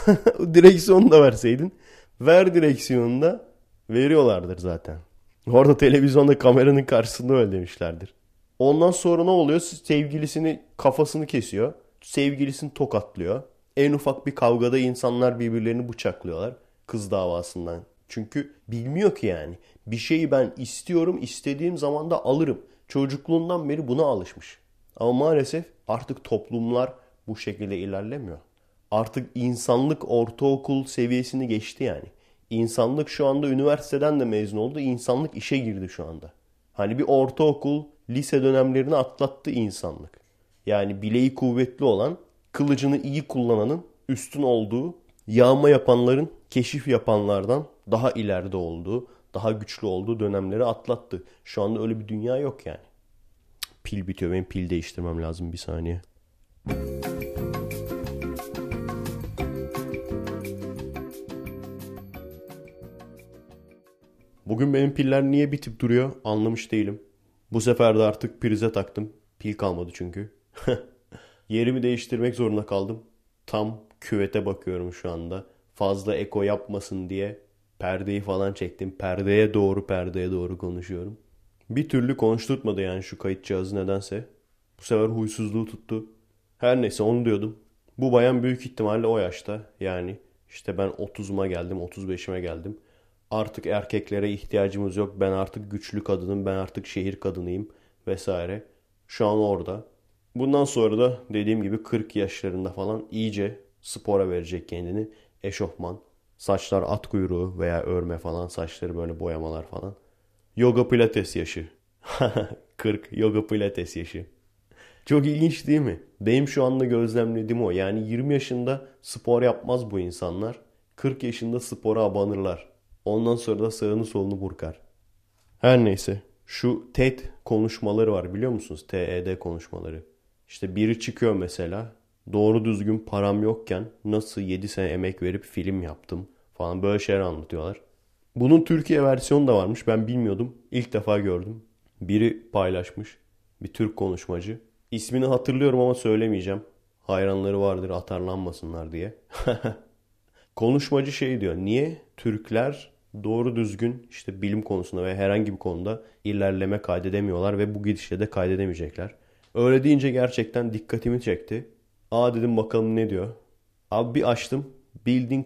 Direksiyon da verseydin. Ver direksiyonu da, veriyorlardır zaten. Orada televizyonda kameranın karşısında öyle demişlerdir. Ondan sonra ne oluyor? Sevgilisini kafasını kesiyor. Sevgilisini tokatlıyor. En ufak bir kavgada insanlar birbirlerini bıçaklıyorlar. Kız davasından. Çünkü bilmiyor ki yani. Bir şeyi ben istiyorum, istediğim zaman da alırım. Çocukluğundan beri buna alışmış. Ama maalesef artık toplumlar bu şekilde ilerlemiyor. Artık insanlık ortaokul seviyesini geçti yani. İnsanlık şu anda üniversiteden de mezun oldu. İnsanlık işe girdi şu anda. Hani bir ortaokul, lise dönemlerini atlattı insanlık. Yani bileği kuvvetli olan, kılıcını iyi kullananın üstün olduğu, yağma yapanların, keşif yapanlardan daha ileride olduğu, daha güçlü olduğu dönemleri atlattı. Şu anda öyle bir dünya yok yani. Pil bitiyor. Benim pil değiştirmem lazım, bir saniye. Bugün benim piller niye bitip duruyor anlamış değilim. Bu sefer de artık prize taktım. Pil kalmadı çünkü. Yerimi değiştirmek zorunda kaldım. Tam küvete bakıyorum şu anda. Fazla eko yapmasın diye Perdeyi falan çektim. Perdeye doğru konuşuyorum. Bir türlü konuşturtmadı yani şu kayıt cihazı nedense. Bu sefer huysuzluğu tuttu. Her neyse onu diyordum. Bu bayan büyük ihtimalle o yaşta. Yani işte ben 30'uma geldim, 35'ime geldim. Artık erkeklere ihtiyacımız yok. Ben artık güçlü kadınım, ben artık şehir kadınıyım vesaire. Şu an orada. Bundan sonra da dediğim gibi 40 yaşlarında falan iyice spora verecek kendini. Eşofman, saçlar at kuyruğu veya örme falan, saçları böyle boyamalar falan. Yoga pilates yaşı. 40 yoga pilates yaşı. Çok ilginç değil mi? Benim şu anda gözlemlediğim o. Yani 20 yaşında spor yapmaz bu insanlar. 40 yaşında spora abanırlar. Ondan sonra da sağını solunu burkar. Her neyse. Şu TED konuşmaları var biliyor musunuz? TED konuşmaları. İşte biri çıkıyor mesela. Doğru düzgün param yokken nasıl 7 sene emek verip film yaptım falan böyle şeyler anlatıyorlar. Bunun Türkiye versiyonu da varmış. Ben bilmiyordum. İlk defa gördüm. Biri paylaşmış. Bir Türk konuşmacı. İsmini hatırlıyorum ama söylemeyeceğim. Hayranları vardır atarlanmasınlar diye. Konuşmacı şey diyor. Niye Türkler doğru düzgün işte bilim konusunda veya herhangi bir konuda ilerleme kaydedemiyorlar ve bu gidişle de kaydedemeyecekler. Öyle deyince gerçekten dikkatimi çekti. Aa dedim bakalım ne diyor. Abi bir açtım. Bildiğin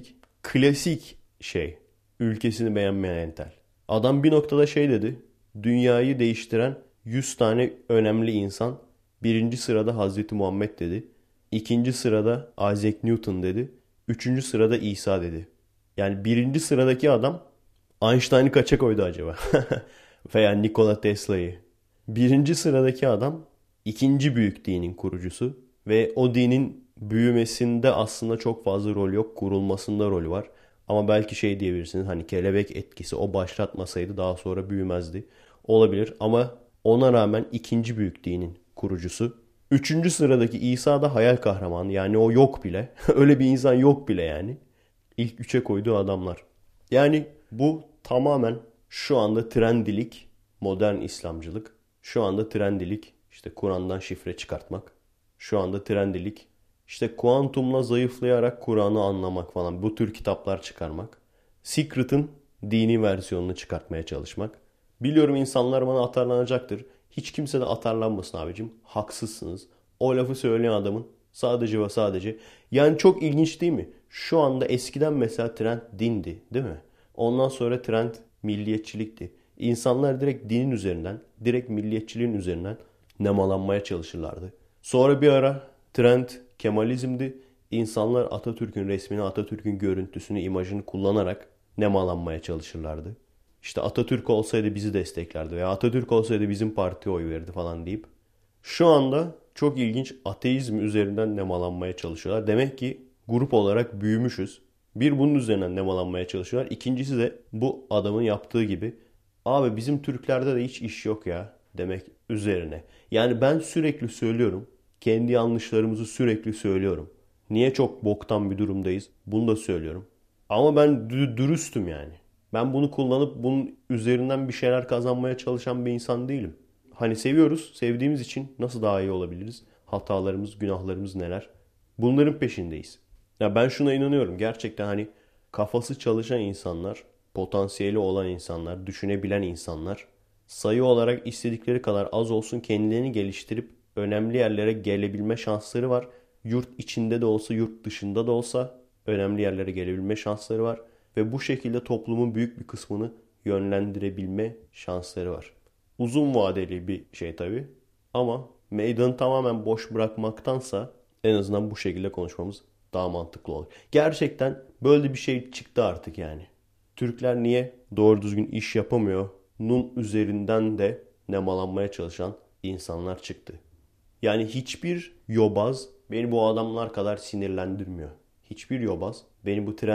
klasik şey. Ülkesini beğenmeyen entel. Adam bir noktada şey dedi. Dünyayı değiştiren 100 tane önemli insan. Birinci sırada Hazreti Muhammed dedi. İkinci sırada Isaac Newton dedi. Üçüncü sırada İsa dedi. Yani birinci sıradaki adam Einstein'ı kaça koydu acaba? Veya Nikola Tesla'yı. Birinci sıradaki adam ikinci büyük dinin kurucusu. Ve o dinin büyümesinde aslında çok fazla rol yok. Kurulmasında rol var. Ama belki şey diyebilirsiniz hani kelebek etkisi o başlatmasaydı daha sonra büyümezdi. Olabilir ama ona rağmen ikinci büyük dinin kurucusu. Üçüncü sıradaki İsa da hayal kahramanı yani o yok bile. Öyle bir insan yok bile yani. İlk üçe koyduğu adamlar. Yani bu tamamen şu anda trendilik, modern İslamcılık. Şu anda trendilik işte Kur'an'dan şifre çıkartmak. Şu anda trendilik işte kuantumla zayıflayarak Kur'an'ı anlamak falan bu tür kitaplar çıkarmak. Secret'ın dini versiyonunu çıkartmaya çalışmak. Biliyorum insanlar bana atarlanacaktır. Hiç kimse de atarlanmasın abicim. Haksızsınız. O lafı söyleyen adamın sadece ve sadece. Yani çok ilginç değil mi? Şu anda eskiden mesela trend dindi değil mi? Ondan sonra trend milliyetçilikti. İnsanlar direkt dinin üzerinden, direkt milliyetçiliğin üzerinden nemalanmaya çalışırlardı. Sonra bir ara trend Kemalizmdi. İnsanlar Atatürk'ün resmini, Atatürk'ün görüntüsünü, imajını kullanarak nemalanmaya çalışırlardı. İşte Atatürk olsaydı bizi desteklerdi veya Atatürk olsaydı bizim partiye oy verirdi falan deyip. Şu anda çok ilginç ateizm üzerinden nemalanmaya çalışıyorlar. Demek ki grup olarak büyümüşüz. Bir bunun üzerinden nemalanmaya çalışıyorlar. İkincisi de bu adamın yaptığı gibi. Abi bizim Türklerde de hiç iş yok ya demek üzerine. Yani ben sürekli söylüyorum. Kendi yanlışlarımızı sürekli söylüyorum. Niye çok boktan bir durumdayız? Bunu da söylüyorum. Ama ben dürüstüm yani. Ben bunu kullanıp bunun üzerinden bir şeyler kazanmaya çalışan bir insan değilim. Hani seviyoruz, sevdiğimiz için nasıl daha iyi olabiliriz? Hatalarımız, günahlarımız neler? Bunların peşindeyiz. Ya ben şuna inanıyorum. Gerçekten hani kafası çalışan insanlar, potansiyeli olan insanlar, düşünebilen insanlar sayı olarak istedikleri kadar az olsun kendilerini geliştirip önemli yerlere gelebilme şansları var. Yurt içinde de olsa, yurt dışında da olsa önemli yerlere gelebilme şansları var. Ve bu şekilde toplumun büyük bir kısmını yönlendirebilme şansları var. Uzun vadeli bir şey tabii. Ama meydanı tamamen boş bırakmaktansa en azından bu şekilde konuşmamız daha mantıklı olur. Gerçekten böyle bir şey çıktı artık yani. Türkler niye doğru düzgün iş yapamıyor? Nun üzerinden de nemalanmaya çalışan insanlar çıktı. Yani hiçbir yobaz beni bu adamlar kadar sinirlendirmiyor. Hiçbir yobaz beni bu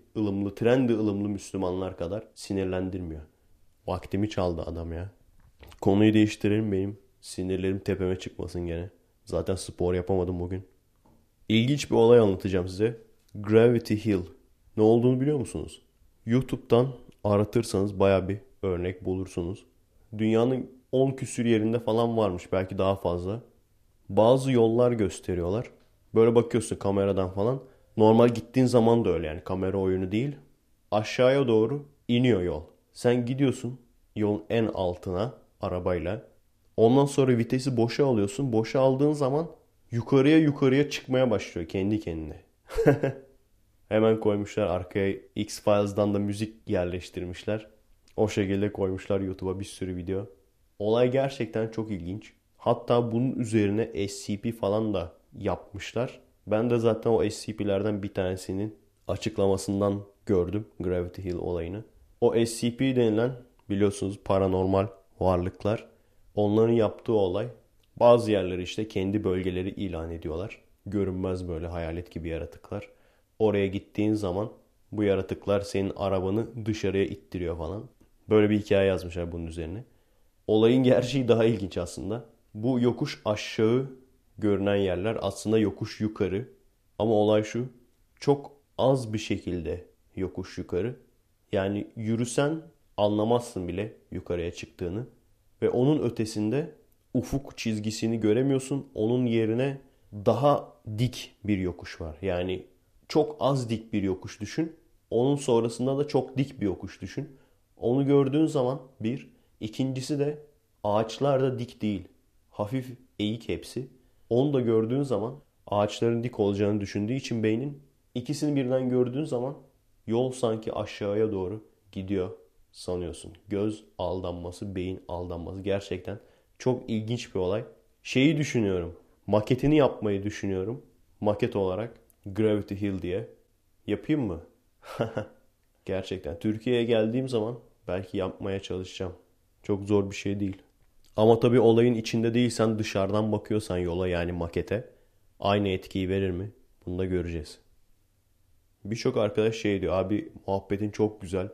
trendi ılımlı Müslümanlar kadar sinirlendirmiyor. Vaktimi çaldı adam ya. Konuyu değiştirelim benim. Sinirlerim tepeme çıkmasın gene. Zaten spor yapamadım bugün. İlginç bir olay anlatacağım size. Gravity Hill. Ne olduğunu biliyor musunuz? YouTube'dan aratırsanız baya bir örnek bulursunuz. Dünyanın 10 küsür yerinde falan varmış. Belki daha fazla. Bazı yollar gösteriyorlar. Böyle bakıyorsun kameradan falan. Normal gittiğin zaman da öyle yani kamera oyunu değil. aşağıya doğru iniyor yol. Sen gidiyorsun yolun en altına arabayla. Ondan sonra vitesi boşa alıyorsun. Boşa aldığın zaman yukarıya çıkmaya başlıyor kendi kendine. Hemen koymuşlar arkaya, X-Files'dan da müzik yerleştirmişler. O şekilde koymuşlar YouTube'a bir sürü video. Olay gerçekten çok ilginç. Hatta bunun üzerine SCP falan da yapmışlar. Ben de zaten o SCP'lerden bir tanesinin açıklamasından gördüm Gravity Hill olayını. O SCP denilen, biliyorsunuz, paranormal varlıklar. Onların yaptığı olay, bazı yerleri işte kendi bölgeleri ilan ediyorlar. Görünmez böyle hayalet gibi yaratıklar. Oraya gittiğin zaman bu yaratıklar senin arabanı dışarıya ittiriyor falan. Böyle bir hikaye yazmışlar bunun üzerine. Olayın gerçeği daha ilginç aslında. Bu yokuş aşağı görünen yerler aslında yokuş yukarı. Ama olay şu: çok az bir şekilde yokuş yukarı. Yani yürüsen anlamazsın bile yukarıya çıktığını. Ve onun ötesinde ufuk çizgisini göremiyorsun. Onun yerine daha dik bir yokuş var. Yani çok az dik bir yokuş düşün. Onun sonrasında da çok dik bir yokuş düşün. Onu gördüğün zaman bir. İkincisi de ağaçlar da dik değil. Hafif eğik hepsi. Onu da gördüğün zaman ağaçların dik olacağını düşündüğü için beynin, ikisini birden gördüğün zaman yol sanki aşağıya doğru gidiyor sanıyorsun. Göz aldanması, beyin aldanması. Gerçekten çok ilginç bir olay. Şeyi düşünüyorum. Maketini yapmayı düşünüyorum. Maket olarak Gravity Hill diye. Yapayım mı? Gerçekten. Türkiye'ye geldiğim zaman belki yapmaya çalışacağım. Çok zor bir şey değil. Ama tabii olayın içinde değilsen, dışarıdan bakıyorsan yola, yani makete, aynı etkiyi verir mi? Bunu da göreceğiz. Birçok arkadaş şey diyor. Abi muhabbetin çok güzel.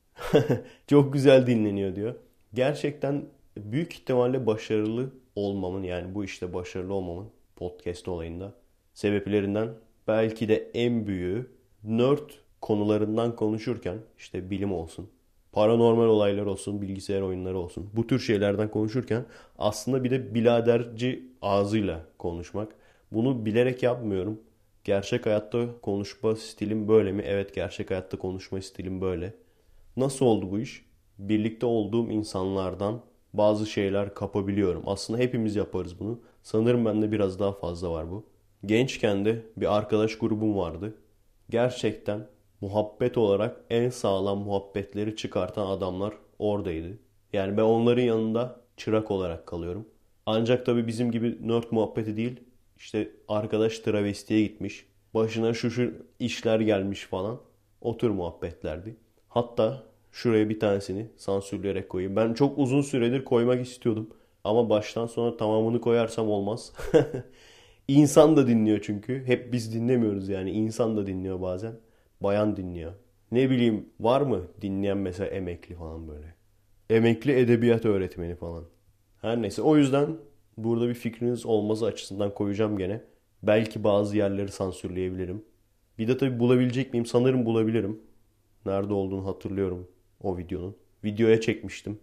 Çok güzel dinleniyor diyor. Gerçekten büyük ihtimalle başarılı olmamın, yani bu işte başarılı olmamın podcast olayında sebeplerinden belki de en büyüğü, nerd konularından konuşurken, işte bilim olsun, paranormal olaylar olsun, bilgisayar oyunları olsun, bu tür şeylerden konuşurken aslında bir de biraderci ağzıyla konuşmak. Bunu bilerek yapmıyorum. Gerçek hayatta konuşma stilim böyle mi? Evet, gerçek hayatta konuşma stilim böyle. Nasıl oldu bu iş? Birlikte olduğum insanlardan bazı şeyler kapabiliyorum. Aslında hepimiz yaparız bunu. Sanırım bende biraz daha fazla var bu. Gençken de bir arkadaş grubum vardı. Gerçekten muhabbet olarak en sağlam muhabbetleri çıkartan adamlar oradaydı. Yani ben onların yanında çırak olarak kalıyorum. Ancak tabii bizim gibi nerd muhabbeti değil. İşte arkadaş travestiye gitmiş, başına şu işler gelmiş falan. O tür muhabbetlerdi. Hatta şuraya bir tanesini sansürleyerek koyayım. Ben çok uzun süredir koymak istiyordum. Ama baştan sona tamamını koyarsam olmaz. İnsan da dinliyor çünkü. Hep biz dinlemiyoruz yani. İnsan da dinliyor bazen. Bayan dinliyor. Ne bileyim, var mı dinleyen mesela emekli falan böyle. Emekli edebiyat öğretmeni falan. Her neyse, o yüzden burada bir fikriniz olması açısından koyacağım gene. Belki bazı yerleri sansürleyebilirim. Bir de tabii bulabilecek miyim? Sanırım bulabilirim. Nerede olduğunu hatırlıyorum o videonun. Videoya çekmiştim.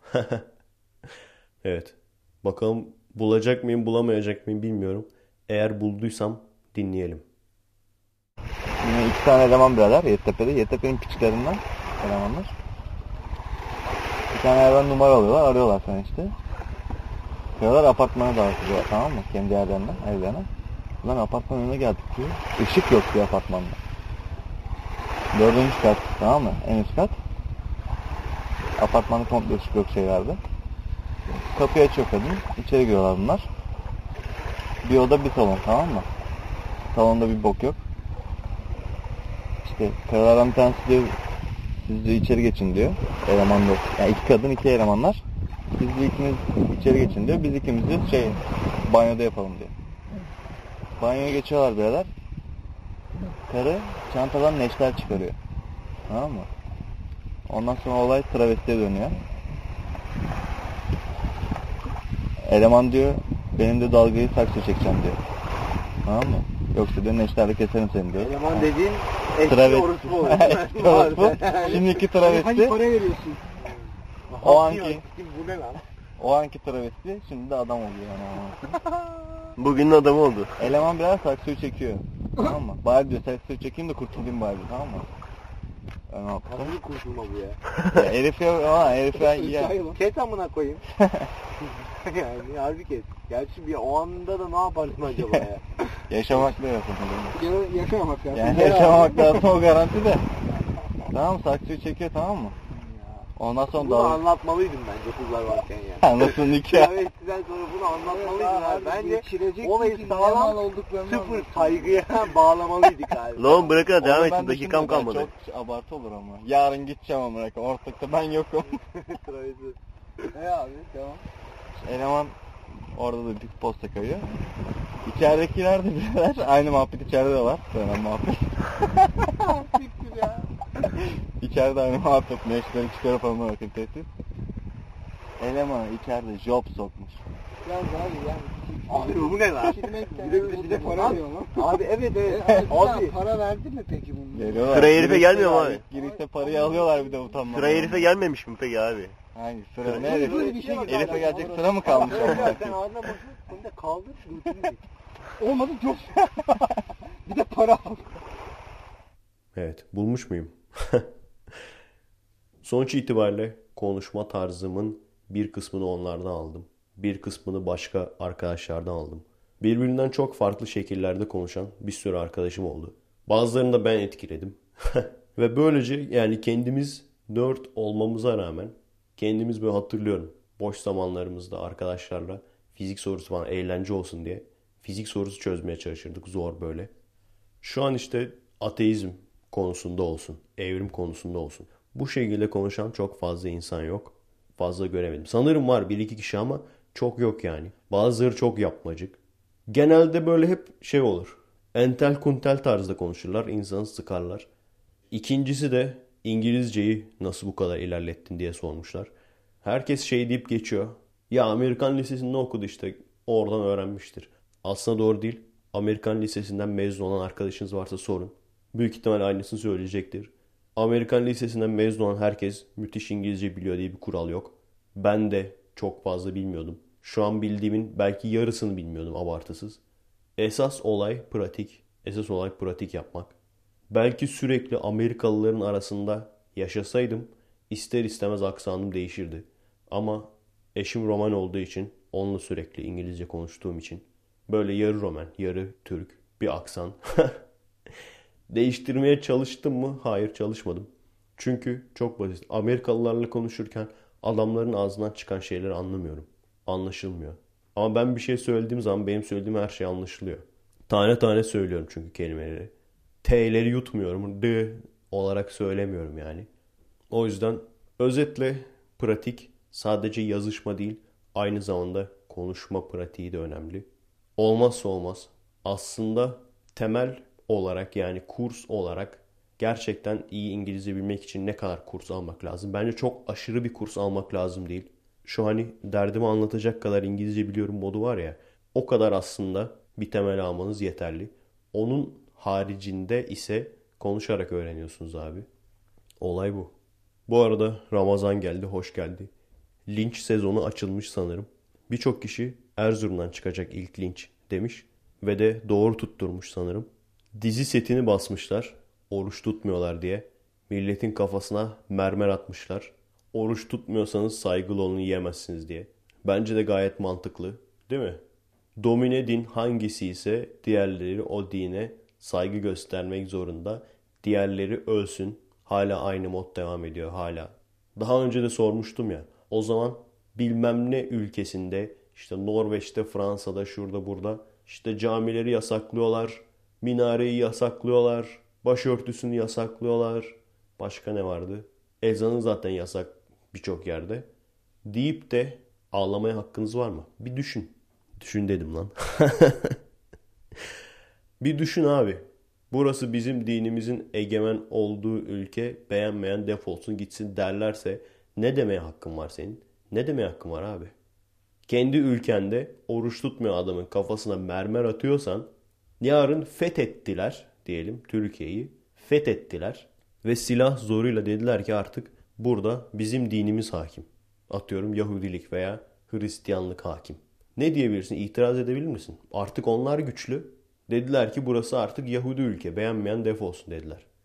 Evet. Bakalım bulacak mıyım, bulamayacak mıyım bilmiyorum. Eğer bulduysam dinleyelim. Yine iki tane eleman birader Yeditepe'de. Yeditepe'nin piçlerinden elemanlar. Bir tane yerden numara alıyorlar, arıyorlar falan işte. Diyorlar apartmana davet ediyorlar, tamam mı? Kendi yerlerinden, evlerine. Lan apartmanın önüne geldik diyor. Işık yok diyor apartmanda. 4. kat, tamam mı? En üst kat. Apartmanda komple ışık yok şeylerde. Kapıyı açıyor kadın. İçeri giriyorlar bunlar. Bir oda bir salon, tamam mı? Salonda bir bok yok. İşte karılardan bir tanesi diyor, siz de içeri geçin diyor. Eleman yok. Yani iki kadın, iki elemanlar. Siz de ikiniz içeri geçin diyor. Biz ikimiz de banyoda yapalım diyor. Banyoya geçiyorlar birader. Karı çantadan neşter çıkarıyor. Tamam mı? Ondan sonra olay travestiye dönüyor. Eleman diyor, benim de dalgayı saksı çekeceğim diyor. Tamam mı? Yoksa diyor neşterle keserim seni diyor. Eleman dediğin eski orospu olur. Orospu. Şimdiki travesti. Hani para veriyorsun? O anki travesti şimdi de adam oluyor yani. Bugünün adamı oldu. Eleman biraz saksıyı çekiyor. Tamam mı? Bari diyor saksıyı çekeyim de kurtulayım bari, tamam mı? ön altta. Nasıl kurtulma bu ya? Ya herif ya. Kes amına koyayım. Yani harbi kes. Gerçi bir o anda da ne yaparsın acaba ya? Yaşamak da yok. Yaşamamak lazım. Yani yaşamamak lazım o garanti de. Tamam saksıyı çekiyor tamam mı? Ondan sonra Bunu anlatmalıydım bence kızlar varken ya. Nasıl nikah? Travestiden sonra bunu anlatmalıydım abi. Bence olayı sağlam sıfır saygıya bağlamalıydık abi. Lan bırakın devam Onu etsin ben dakikam düşündüm, kalmadı. Çok abartı olur ama. Yarın gideceğim ama bırakın. Ortalıkta ben yokum. Travesti. Abi tamam. Eleman orada da bir posta koyuyor. İçeridekiler de birader. Aynı muhabbet içeride de var. Dönem muhabbet. Siktir ya. İçeride aynı muhabbet. Meşleri çıkarıp alma bakın tehdit. Eleman içeride job sokmuş. Yalnız abi yani. Abi bu ne lan? Bir de para veriyor lan. Abi evet. Abi para verdi mi peki bunun? Geliyorlar. Sıra herife gelmiyor mu abi? Girişte parayı alıyorlar bir de utanmadan. Sıra herife gelmemiş mi peki abi? Hangi sıra? Ne Böyle herif? bir şey yok. Herife gelecek sıra mı kalmış? Sen ağzına basın. Bunu da kaldır. Olmadı çok. Bir de para al. Evet, bulmuş muyum? Sonuç itibariyle konuşma tarzımın bir kısmını onlardan aldım. Bir kısmını başka arkadaşlardan aldım. Birbirinden çok farklı şekillerde konuşan bir sürü arkadaşım oldu. Bazılarını da ben etkiledim. Ve böylece yani kendimiz nerd olmamıza rağmen kendimiz böyle hatırlıyorum. Boş zamanlarımızda arkadaşlarla fizik sorusu falan eğlence olsun diye fizik sorusu çözmeye çalışırdık zor böyle. Şu an işte ateizm konusunda olsun, evrim konusunda olsun. Bu şekilde konuşan çok fazla insan yok. Fazla göremedim. Sanırım var bir iki kişi ama çok yok yani. Bazıları çok yapmacık. Genelde böyle hep şey olur. Entel kuntel tarzda konuşurlar, insanı sıkarlar. İkincisi de İngilizceyi nasıl bu kadar ilerlettin diye sormuşlar. Herkes şey deyip geçiyor. Ya Amerikan Lisesi'nde okudu işte oradan öğrenmiştir. Aslında doğru değil. Amerikan Lisesi'nden mezun olan arkadaşınız varsa sorun. Büyük ihtimal aynısını söyleyecektir. Amerikan Lisesi'nden mezun olan herkes müthiş İngilizce biliyor diye bir kural yok. Ben de çok fazla bilmiyordum. Şu an bildiğimin belki yarısını bilmiyordum abartısız. Esas olay pratik. Esas olay pratik yapmak. Belki sürekli Amerikalıların arasında yaşasaydım ister istemez aksanım değişirdi. Ama eşim Roman olduğu için onunla sürekli İngilizce konuştuğum için böyle yarı Roman, yarı Türk bir aksan. Değiştirmeye çalıştım mı? Hayır çalışmadım. Çünkü çok basit. Amerikalılarla konuşurken adamların ağzından çıkan şeyleri anlamıyorum. Anlaşılmıyor. Ama ben bir şey söylediğim zaman benim söylediğim her şey anlaşılıyor. Tane tane söylüyorum çünkü kelimeleri. T'leri yutmuyorum. D olarak söylemiyorum yani. O yüzden özetle pratik sadece yazışma değil aynı zamanda konuşma pratiği de önemli. Olmazsa olmaz. Aslında temel olarak yani kurs olarak gerçekten iyi İngilizce bilmek için ne kadar kurs almak lazım? Bence çok aşırı bir kurs almak lazım değil. Şu hani derdimi anlatacak kadar İngilizce biliyorum modu var ya. O kadar aslında bir temel almanız yeterli. Onun haricinde ise konuşarak öğreniyorsunuz abi. Olay bu. Bu arada Ramazan geldi, hoş geldi. Linç sezonu açılmış sanırım. Birçok kişi Erzurum'dan çıkacak ilk linç demiş ve de doğru tutturmuş sanırım. Dizi setini basmışlar oruç tutmuyorlar diye. Milletin kafasına mermer atmışlar. Oruç tutmuyorsanız saygılı olun yiyemezsiniz diye. Bence de gayet mantıklı değil mi? Domine din hangisi ise diğerleri o dine saygı göstermek zorunda. Diğerleri ölsün. Hala aynı mod devam ediyor hala. Daha önce de sormuştum ya. O zaman bilmem ne ülkesinde işte Norveç'te, Fransa'da, şurada burada işte camileri yasaklıyorlar. Minareyi yasaklıyorlar. Başörtüsünü yasaklıyorlar. Başka ne vardı? Ezanı zaten yasak birçok yerde. Deyip de ağlamaya hakkınız var mı? Bir düşün. Düşün dedim lan. Bir düşün abi. Burası bizim dinimizin egemen olduğu ülke. Beğenmeyen defolsun gitsin derlerse ne demeye hakkın var senin? Ne demeye hakkın var abi? Kendi ülkende oruç tutmayan adamın kafasına mermer atıyorsan yarın fethettiler diyelim Türkiye'yi. Fethettiler ve silah zoruyla dediler ki artık burada bizim dinimiz hakim. Atıyorum Yahudilik veya Hristiyanlık hakim. Ne diyebilirsin? İtiraz edebilir misin? Artık onlar güçlü. Dediler ki burası artık Yahudi ülke. Beğenmeyen defolsun dediler.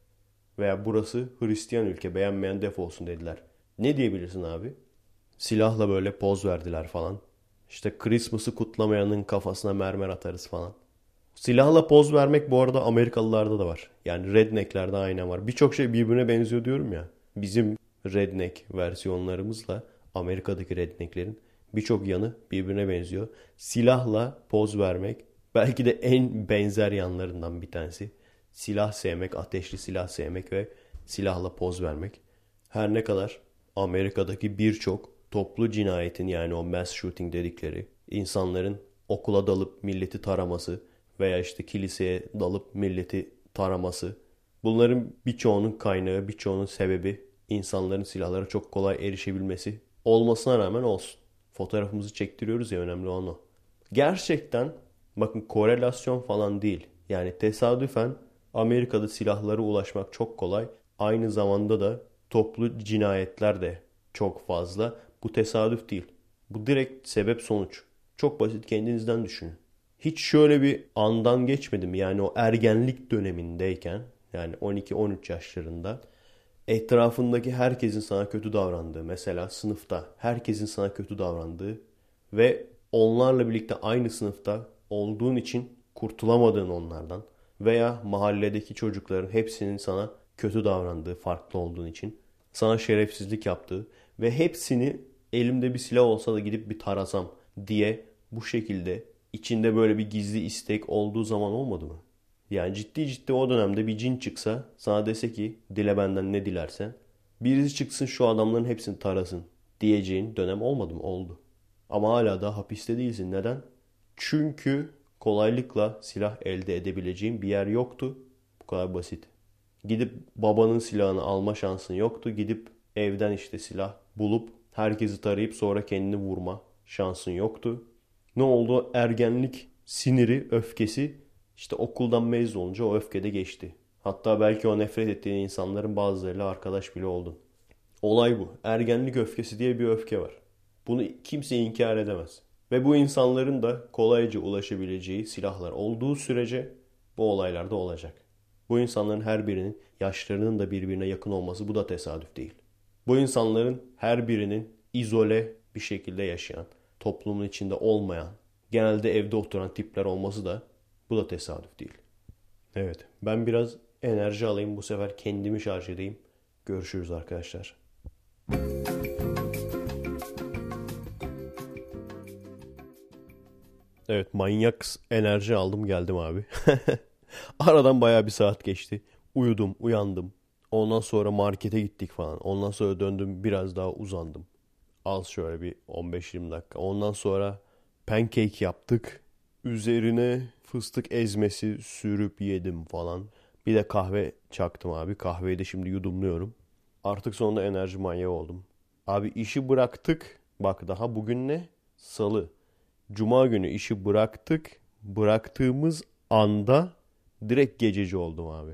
Veya burası Hristiyan ülke, beğenmeyen defolsun dediler. Ne diyebilirsin abi? Silahla böyle poz verdiler falan. İşte Christmas'ı kutlamayanın kafasına mermer atarız falan. Silahla poz vermek bu arada Amerikalılarda da var. Yani rednecklerde aynen var. Birçok şey birbirine benziyor diyorum ya. Bizim redneck versiyonlarımızla Amerika'daki rednecklerin birçok yanı birbirine benziyor. Silahla poz vermek belki de en benzer yanlarından bir tanesi. Silah sevmek, ateşli silah sevmek ve silahla poz vermek. Her ne kadar Amerika'daki birçok toplu cinayetin, yani o mass shooting dedikleri, insanların okula dalıp milleti taraması veya işte kiliseye dalıp milleti taraması, bunların birçoğunun kaynağı, birçoğunun sebebi insanların silahlara çok kolay erişebilmesi olmasına rağmen olsun. Fotoğrafımızı çektiriyoruz ya, önemli olan o. Gerçekten bakın, korelasyon falan değil. Yani tesadüfen Amerika'da silahlara ulaşmak çok kolay. Aynı zamanda da toplu cinayetler de çok fazla. Bu tesadüf değil. Bu direkt sebep sonuç. Çok basit, kendinizden düşünün. Hiç şöyle bir andan geçmedim. Yani o ergenlik dönemindeyken, yani 12-13 yaşlarında etrafındaki herkesin sana kötü davrandığı, mesela sınıfta herkesin sana kötü davrandığı ve onlarla birlikte aynı sınıfta olduğun için kurtulamadığın onlardan veya mahalledeki çocukların hepsinin sana kötü davrandığı, farklı olduğun için sana şerefsizlik yaptığı ve hepsini elimde bir silah olsa da gidip bir tarasam diye bu şekilde içinde böyle bir gizli istek olduğu zaman olmadı mı? Yani ciddi ciddi o dönemde bir cin çıksa, sana dese ki dile benden ne dilersen, birisi çıksın şu adamların hepsini tarasın diyeceğin dönem olmadı mı? Oldu. Ama hala da hapiste değilsin. Neden? Çünkü kolaylıkla silah elde edebileceğin bir yer yoktu. Bu kadar basit. Gidip babanın silahını alma şansın yoktu. Gidip evden işte silah bulup herkesi tarayıp sonra kendini vurma şansın yoktu. Ne oldu? Ergenlik siniri, öfkesi işte okuldan mezun olunca o öfke de geçti. Hatta belki o nefret ettiğin insanların bazılarıyla arkadaş bile oldun. Olay bu. Ergenlik öfkesi diye bir öfke var. Bunu kimse inkar edemez. Ve bu insanların da kolayca ulaşabileceği silahlar olduğu sürece bu olaylar da olacak. Bu insanların her birinin yaşlarının da birbirine yakın olması, bu da tesadüf değil. Bu insanların her birinin izole bir şekilde yaşayan, toplumun içinde olmayan, genelde evde oturan tipler olması da, bu da tesadüf değil. Evet, ben biraz enerji alayım, bu sefer kendimi şarj edeyim. Görüşürüz arkadaşlar. Evet, manyak enerji aldım geldim abi. Aradan bayağı bir saat geçti. Uyudum, uyandım. Ondan sonra markete gittik falan. Ondan sonra döndüm, biraz daha uzandım. Az şöyle bir 15-20 dakika. Ondan sonra pancake yaptık. Üzerine fıstık ezmesi sürüp yedim falan. Bir de kahve çaktım abi. Kahveyi de şimdi yudumluyorum. Artık sonunda enerji manyağı oldum. Abi işi bıraktık. Bak daha bugün ne? Salı. Cuma günü işi bıraktık. Bıraktığımız anda direkt gececi oldum abi.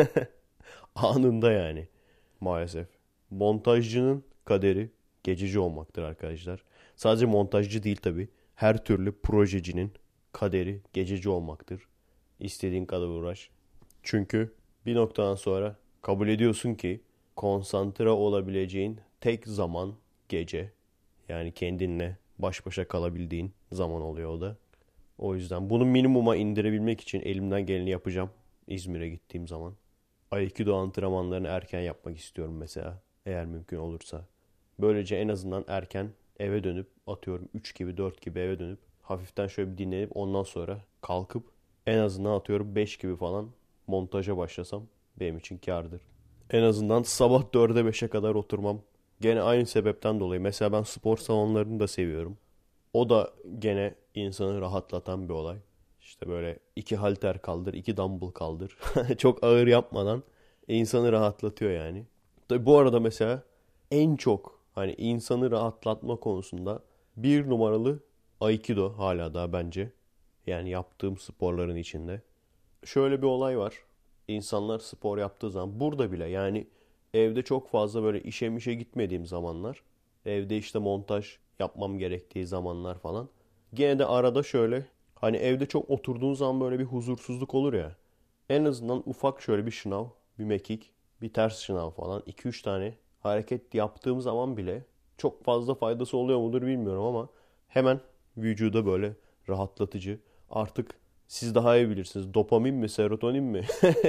Anında yani. Maalesef. Montajcının kaderi gececi olmaktır arkadaşlar. Sadece montajcı değil tabii. Her türlü projecinin kaderi gececi olmaktır. İstediğin kadar uğraş. Çünkü bir noktadan sonra kabul ediyorsun ki konsantre olabileceğin tek zaman gece. Yani kendinle baş başa kalabildiğin zaman oluyor o da. O yüzden bunu minimuma indirebilmek için elimden geleni yapacağım İzmir'e gittiğim zaman. Aikido antrenmanlarını erken yapmak istiyorum mesela, eğer mümkün olursa. Böylece en azından erken eve dönüp, atıyorum 3 gibi 4 gibi eve dönüp hafiften şöyle bir dinlenip ondan sonra kalkıp en azından atıyorum 5 gibi falan montaja başlasam benim için kârdır. En azından sabah 4'e 5'e kadar oturmam. Gene aynı sebepten dolayı. Mesela ben spor salonlarını da seviyorum. O da gene insanı rahatlatan bir olay. İşte böyle 2 halter kaldır, 2 dumbbell kaldır. Çok ağır yapmadan insanı rahatlatıyor yani. Tabii bu arada mesela en çok hani insanı rahatlatma konusunda bir numaralı Aikido hala daha bence. Yani yaptığım sporların içinde. Şöyle bir olay var. İnsanlar spor yaptığı zaman burada bile, yani evde çok fazla böyle işe mişe gitmediğim zamanlar, evde işte montaj yapmam gerektiği zamanlar falan. Gene de arada şöyle, hani evde çok oturduğun zaman böyle bir huzursuzluk olur ya. En azından ufak şöyle bir şınav, bir mekik, bir ters şınav falan 2-3 tane hareket yaptığım zaman bile çok fazla faydası oluyor mudur bilmiyorum ama hemen vücuda böyle rahatlatıcı. Artık siz daha iyi bilirsiniz. Dopamin mi, serotonin mi?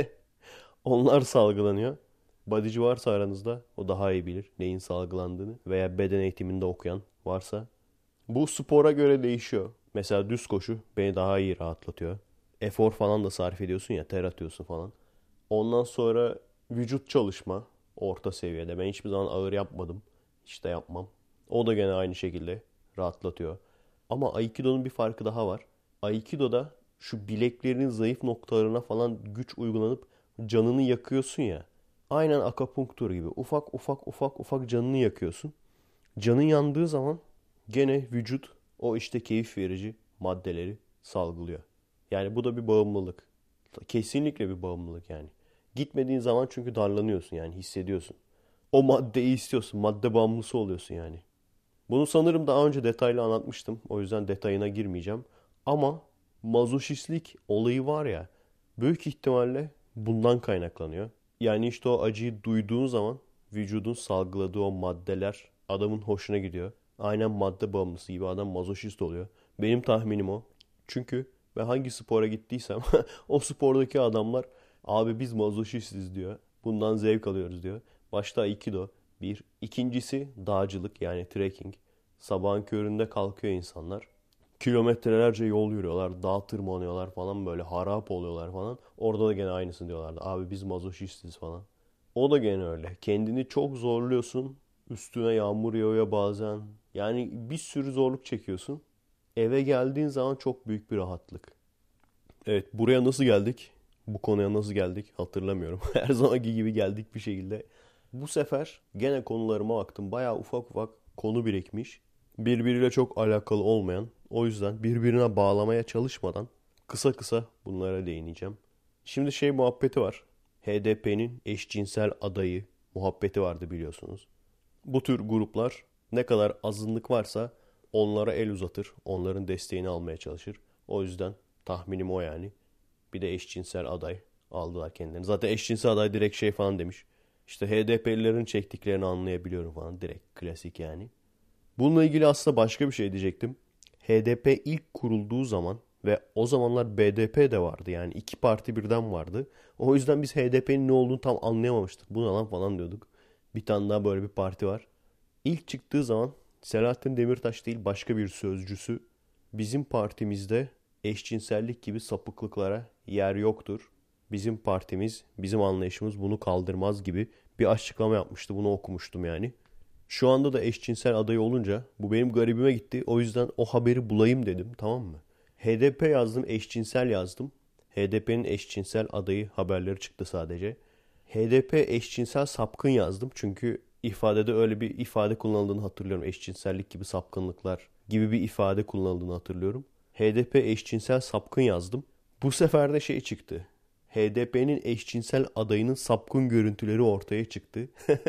Onlar salgılanıyor. Bodyci varsa aranızda o daha iyi bilir neyin salgılandığını veya beden eğitiminde okuyan varsa. Bu spora göre değişiyor. Mesela düz koşu beni daha iyi rahatlatıyor. Efor falan da sarf ediyorsun ya, ter atıyorsun falan. Ondan sonra vücut çalışma orta seviyede. Ben hiçbir zaman ağır yapmadım. Hiç de yapmam. O da gene aynı şekilde rahatlatıyor. Ama Aikido'nun bir farkı daha var. Aikido'da şu bileklerinin zayıf noktalarına falan güç uygulanıp canını yakıyorsun ya. Aynen akupunktur gibi. Ufak ufak ufak ufak canını yakıyorsun. Canın yandığı zaman gene vücut o işte keyif verici maddeleri salgılıyor. Yani bu da bir bağımlılık. Kesinlikle bir bağımlılık yani. Gitmediğin zaman çünkü darlanıyorsun yani hissediyorsun. O maddeyi istiyorsun. Madde bağımlısı oluyorsun yani. Bunu sanırım daha önce detaylı anlatmıştım. O yüzden detayına girmeyeceğim. Ama mazoşistlik olayı var ya, büyük ihtimalle bundan kaynaklanıyor. Yani işte o acıyı duyduğun zaman vücudun salgıladığı o maddeler adamın hoşuna gidiyor. Aynen madde bağımlısı gibi adam mazoşist oluyor. Benim tahminim o. Çünkü ben hangi spora gittiysem o spordaki adamlar abi biz mazoşistiz diyor. Bundan zevk alıyoruz diyor. Başta Aikido bir. İkincisi dağcılık yani trekking. Sabahın köründe kalkıyor insanlar. Kilometrelerce yol yürüyorlar. Dağ tırmanıyorlar falan böyle harap oluyorlar falan. Orada da gene aynısını diyorlardı. Abi biz mazoşistiz falan. O da gene öyle. Kendini çok zorluyorsun. Üstüne yağmur yağıyor bazen. Yani bir sürü zorluk çekiyorsun. Eve geldiğin zaman çok büyük bir rahatlık. Evet, buraya nasıl geldik? Bu konuya nasıl geldik hatırlamıyorum. Her zamanki gibi geldik bir şekilde. Bu sefer gene konularıma baktım. Bayağı ufak ufak konu birikmiş. Birbiriyle çok alakalı olmayan. O yüzden birbirine bağlamaya çalışmadan kısa kısa bunlara değineceğim. Şimdi şey muhabbeti var. HDP'nin eşcinsel adayı muhabbeti vardı biliyorsunuz. Bu tür gruplar ne kadar azınlık varsa onlara el uzatır. Onların desteğini almaya çalışır. O yüzden tahminim o yani. Bir de eşcinsel aday aldılar kendilerini. Zaten eşcinsel aday direkt şey falan demiş. İşte HDP'lilerin çektiklerini anlayabiliyorum falan. Direkt klasik yani. Bununla ilgili aslında başka bir şey diyecektim. HDP ilk kurulduğu zaman ve o zamanlar BDP de vardı. Yani iki parti birden vardı. O yüzden biz HDP'nin ne olduğunu tam anlayamamıştık. Bu ne lan falan diyorduk. Bir tane daha böyle bir parti var. İlk çıktığı zaman Selahattin Demirtaş değil başka bir sözcüsü bizim partimizde eşcinsellik gibi sapıklıklara yer yoktur. Bizim partimiz, bizim anlayışımız bunu kaldırmaz gibi bir açıklama yapmıştı. Bunu okumuştum yani. Şu anda da eşcinsel adayı olunca bu benim garibime gitti. O yüzden o haberi bulayım dedim, tamam mı? HDP yazdım, eşcinsel yazdım. HDP'nin eşcinsel adayı haberleri çıktı sadece. HDP eşcinsel sapkın yazdım. Çünkü ifadede öyle bir ifade kullanıldığını hatırlıyorum. Eşcinsellik gibi sapkınlıklar gibi bir ifade kullanıldığını hatırlıyorum. HDP eşcinsel sapkın yazdım. Bu sefer de şey çıktı. HDP'nin eşcinsel adayının sapkın görüntüleri ortaya çıktı.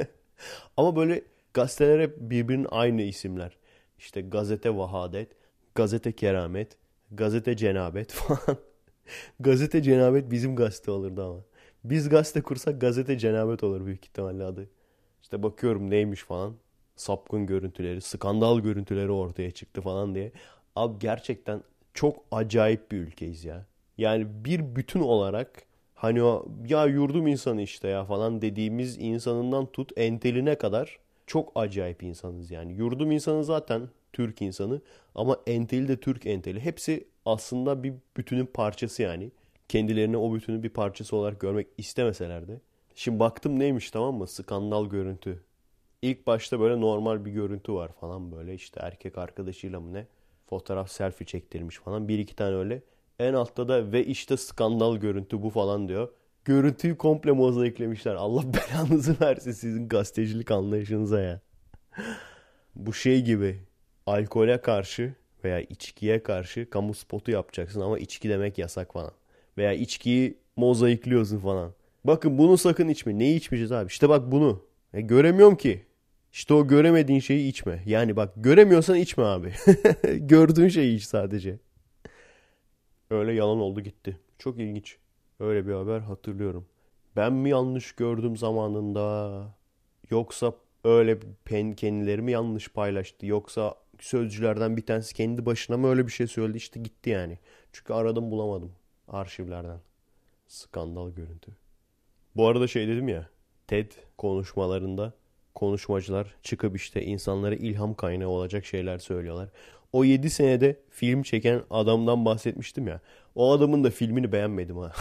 Ama böyle gazeteler hep birbirinin aynı isimler. İşte Gazete Vahadet, Gazete Keramet, Gazete Cenabet falan. Gazete Cenabet bizim gazete olurdu ama. Biz gazete kursak Gazete Cenabet olur büyük ihtimalle adı. İşte bakıyorum neymiş falan. Sapkın görüntüleri, skandal görüntüleri ortaya çıktı falan diye. Abi gerçekten çok acayip bir ülkeyiz ya. Yani bir bütün olarak hani o ya yurdum insanı işte ya falan dediğimiz insanından tut enteline kadar çok acayip insanız yani. Yurdum insanı zaten Türk insanı ama enteli de Türk enteli. Hepsi aslında bir bütünün parçası yani. Kendilerini o bütünün bir parçası olarak görmek istemeseler de. Şimdi baktım neymiş, tamam mı? Skandal görüntü. İlk başta böyle normal bir görüntü var falan böyle işte erkek arkadaşıyla mı ne? Fotoğraf selfie çektirmiş falan. Bir iki tane öyle. En altta da ve işte skandal görüntü bu falan diyor. Görüntüyü komple mozaiklemişler. Allah belanızı versin sizin gazetecilik anlayışınıza ya. Bu şey gibi alkole karşı veya içkiye karşı kamu spotu yapacaksın ama içki demek yasak falan. Veya içkiyi mozaikliyorsun falan. Bakın bunu sakın içme. Neyi içmeyeceğiz abi? İşte bak bunu. Göremiyorum ki. İşte o göremediğin şeyi içme. Yani bak göremiyorsan içme abi. Gördüğün şeyi iç sadece. Öyle yalan oldu gitti. Çok ilginç. Öyle bir haber hatırlıyorum. Ben mi yanlış gördüm zamanında? Yoksa öyle kendileri mi yanlış paylaştı? Yoksa sözcülerden bir tanesi kendi başına mı öyle bir şey söyledi? İşte gitti yani. Çünkü aradım bulamadım arşivlerden. Skandal görüntü. Bu arada şey dedim ya. TED konuşmalarında konuşmacılar çıkıp işte insanlara ilham kaynağı olacak şeyler söylüyorlar. O 7 senede film çeken adamdan bahsetmiştim ya. O adamın da filmini beğenmedim ha.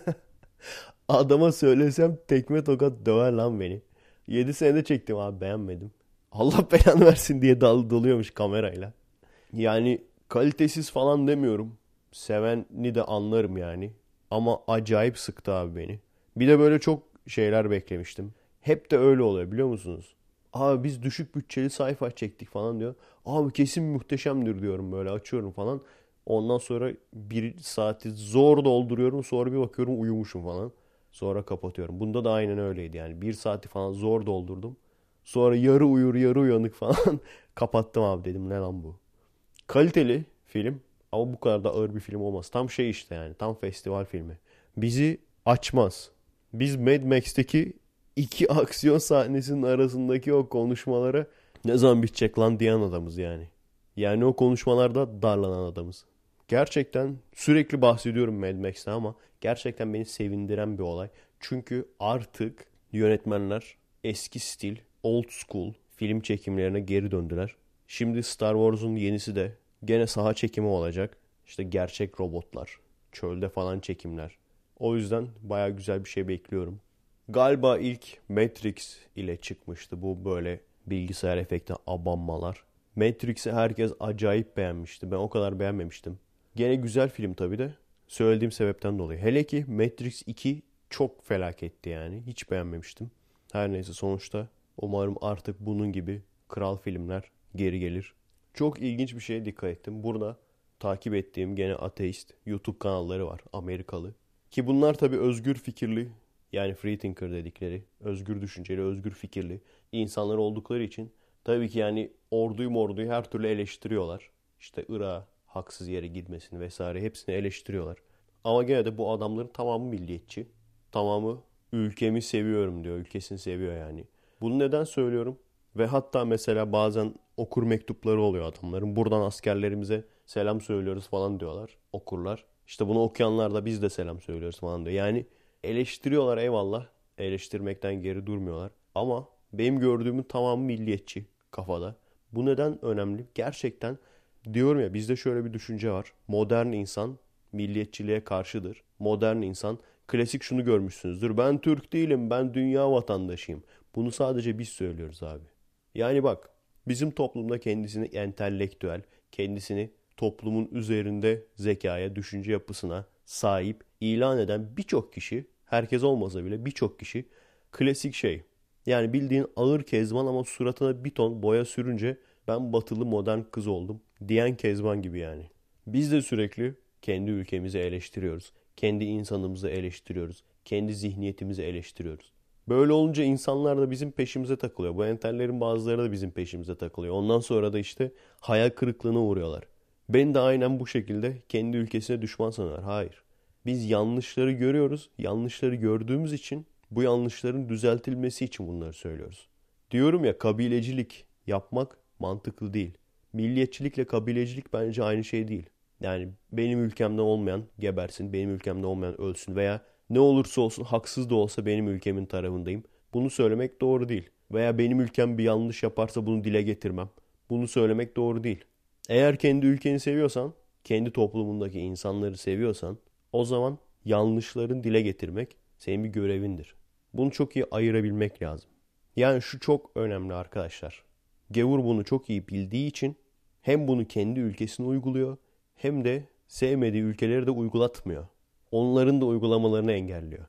Adama söylesem tekme tokat döver lan beni. 7 senede çektim abi, beğenmedim. Allah belanı versin diye doluyormuş kamerayla. Yani kalitesiz falan demiyorum. Seveni de anlarım yani. Ama acayip sıktı abi beni. Bir de böyle çok şeyler beklemiştim. Hep de öyle oluyor biliyor musunuz? Abi biz düşük bütçeli sci-fi çektik falan diyor. Abi kesin muhteşemdir diyorum, böyle açıyorum falan. Ondan sonra bir saati zor dolduruyorum. Sonra bir bakıyorum uyumuşum falan. Sonra kapatıyorum. Bunda da aynen öyleydi yani. Bir saati falan zor doldurdum. Sonra yarı uyur yarı uyanık falan kapattım abi, dedim ne lan bu. Kaliteli film ama bu kadar da ağır bir film olmaz. Tam şey işte yani, tam festival filmi. Bizi açmaz. Biz Mad Max'teki iki aksiyon sahnesinin arasındaki o konuşmalara ne zaman bitecek lan diyen adamız yani. Yani o konuşmalarda darlanan adamız. Gerçekten sürekli bahsediyorum Mad Max'ten ama gerçekten beni sevindiren bir olay. Çünkü artık yönetmenler eski stil, old school film çekimlerine geri döndüler. Şimdi Star Wars'un yenisi de gene saha çekimi olacak. İşte gerçek robotlar, çölde falan çekimler. O yüzden baya güzel bir şey bekliyorum. Galiba ilk Matrix ile çıkmıştı bu böyle bilgisayar efekti abanmalar. Matrix'i herkes acayip beğenmişti. Ben o kadar beğenmemiştim. Gene güzel film tabii de. Söylediğim sebepten dolayı. Hele ki Matrix 2 çok felaketti yani. Hiç beğenmemiştim. Her neyse, sonuçta umarım artık bunun gibi kral filmler geri gelir. Çok ilginç bir şeye dikkat ettim. Burada takip ettiğim gene ateist YouTube kanalları var. Amerikalı. Ki bunlar tabii özgür fikirli, yani free thinker dedikleri, özgür düşünceli, özgür fikirli insanlar oldukları için tabii ki yani orduyu her türlü eleştiriyorlar. İşte Irak'a haksız yere gitmesini vesaire hepsini eleştiriyorlar. Ama gene de bu adamların tamamı milliyetçi. Tamamı ülkemi seviyorum diyor. Ülkesini seviyor yani. Bunu neden söylüyorum? Ve hatta mesela bazen okur mektupları oluyor adamların. Buradan askerlerimize selam söylüyoruz falan diyorlar. Okurlar. İşte bunu okuyanlar da biz de selam söylüyoruz falan diyor. Yani eleştiriyorlar, eyvallah. Eleştirmekten geri durmuyorlar. Ama benim gördüğümün tamamı milliyetçi kafada. Bu neden önemli? Gerçekten diyorum ya, bizde şöyle bir düşünce var. Modern insan milliyetçiliğe karşıdır. Modern insan klasik şunu görmüşsünüzdür. Ben Türk değilim, ben dünya vatandaşıyım. Bunu sadece biz söylüyoruz abi. Yani bak, bizim toplumda kendisini entelektüel, kendisini toplumun üzerinde zekaya, düşünce yapısına sahip ilan eden birçok kişi, herkes olmasa bile birçok kişi klasik şey. Yani bildiğin ağır kezban ama suratına bir ton boya sürünce ben batılı modern kız oldum diyen kezban gibi yani. Biz de sürekli kendi ülkemizi eleştiriyoruz. Kendi insanımızı eleştiriyoruz. Kendi zihniyetimizi eleştiriyoruz. Böyle olunca insanlar da bizim peşimize takılıyor. Bu entellerin bazıları da bizim peşimize takılıyor. Ondan sonra da işte hayal kırıklığına uğruyorlar. Ben de aynen bu şekilde kendi ülkesine düşman sanıyorlar. Hayır. Biz yanlışları görüyoruz. Yanlışları gördüğümüz için bu yanlışların düzeltilmesi için bunları söylüyoruz. Diyorum ya, kabilecilik yapmak mantıklı değil. Milliyetçilikle kabilecilik bence aynı şey değil. Yani benim ülkemden olmayan gebersin, benim ülkemden olmayan ölsün veya ne olursa olsun haksız da olsa benim ülkemin tarafındayım. Bunu söylemek doğru değil. Veya benim ülkem bir yanlış yaparsa bunu dile getirmem. Bunu söylemek doğru değil. Eğer kendi ülkeni seviyorsan, kendi toplumundaki insanları seviyorsan, o zaman yanlışların dile getirmek senin bir görevindir. Bunu çok iyi ayırabilmek lazım. Yani şu çok önemli arkadaşlar. Gavur bunu çok iyi bildiği için hem bunu kendi ülkesine uyguluyor hem de sevmediği ülkeleri de uygulatmıyor. Onların da uygulamalarını engelliyor.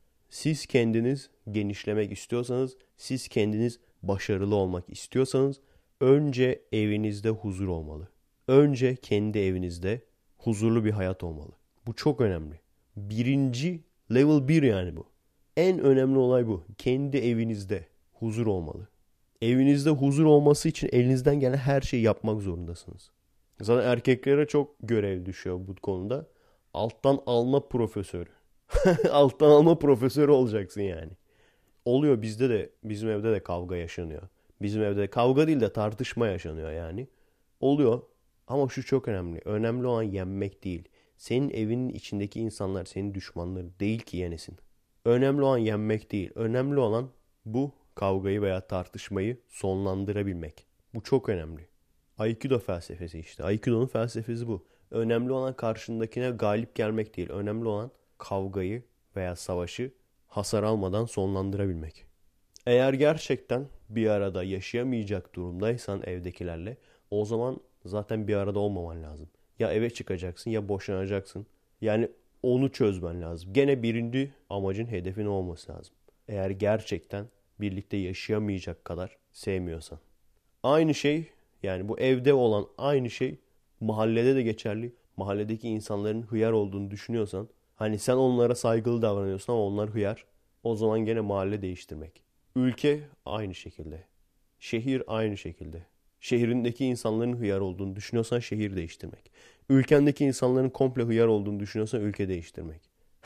Siz kendiniz genişlemek istiyorsanız, siz kendiniz başarılı olmak istiyorsanız önce evinizde huzur olmalı. Önce kendi evinizde huzurlu bir hayat olmalı. Bu çok önemli. Birinci level 1 yani bu. En önemli olay bu. Kendi evinizde huzur olmalı. Evinizde huzur olması için elinizden gelen her şeyi yapmak zorundasınız. Zaten erkeklere çok görev düşüyor bu konuda. Alttan alma profesörü. Alttan alma profesörü olacaksın yani. Oluyor bizde de, bizim evde de kavga yaşanıyor. Bizim evde de kavga değil de tartışma yaşanıyor yani. Oluyor ama şu çok önemli. Önemli olan yenmek değil. Senin evinin içindeki insanlar senin düşmanların değil ki yenesin. Önemli olan yenmek değil. Önemli olan bu kavgayı veya tartışmayı sonlandırabilmek. Bu çok önemli. Aikido felsefesi işte. Aikido'nun felsefesi bu. Önemli olan karşındakine galip gelmek değil. Önemli olan kavgayı veya savaşı hasar almadan sonlandırabilmek. Eğer gerçekten bir arada yaşayamayacak durumdaysan evdekilerle, o zaman zaten bir arada olmaman lazım. Ya eve çıkacaksın ya boşanacaksın. Yani onu çözmen lazım. Gene birinci amacın, hedefin olması lazım. Eğer gerçekten birlikte yaşayamayacak kadar sevmiyorsan. Aynı şey, yani bu evde olan aynı şey mahallede de geçerli. Mahalledeki insanların hıyar olduğunu düşünüyorsan, hani sen onlara saygılı davranıyorsun ama onlar hıyar, o zaman gene mahalle değiştirmek. Ülke aynı şekilde. Şehir aynı şekilde. Şehrindeki insanların hıyar olduğunu düşünüyorsan şehir değiştirmek. Ülkendeki insanların komple hıyar olduğunu düşünüyorsan ülke değiştirmek.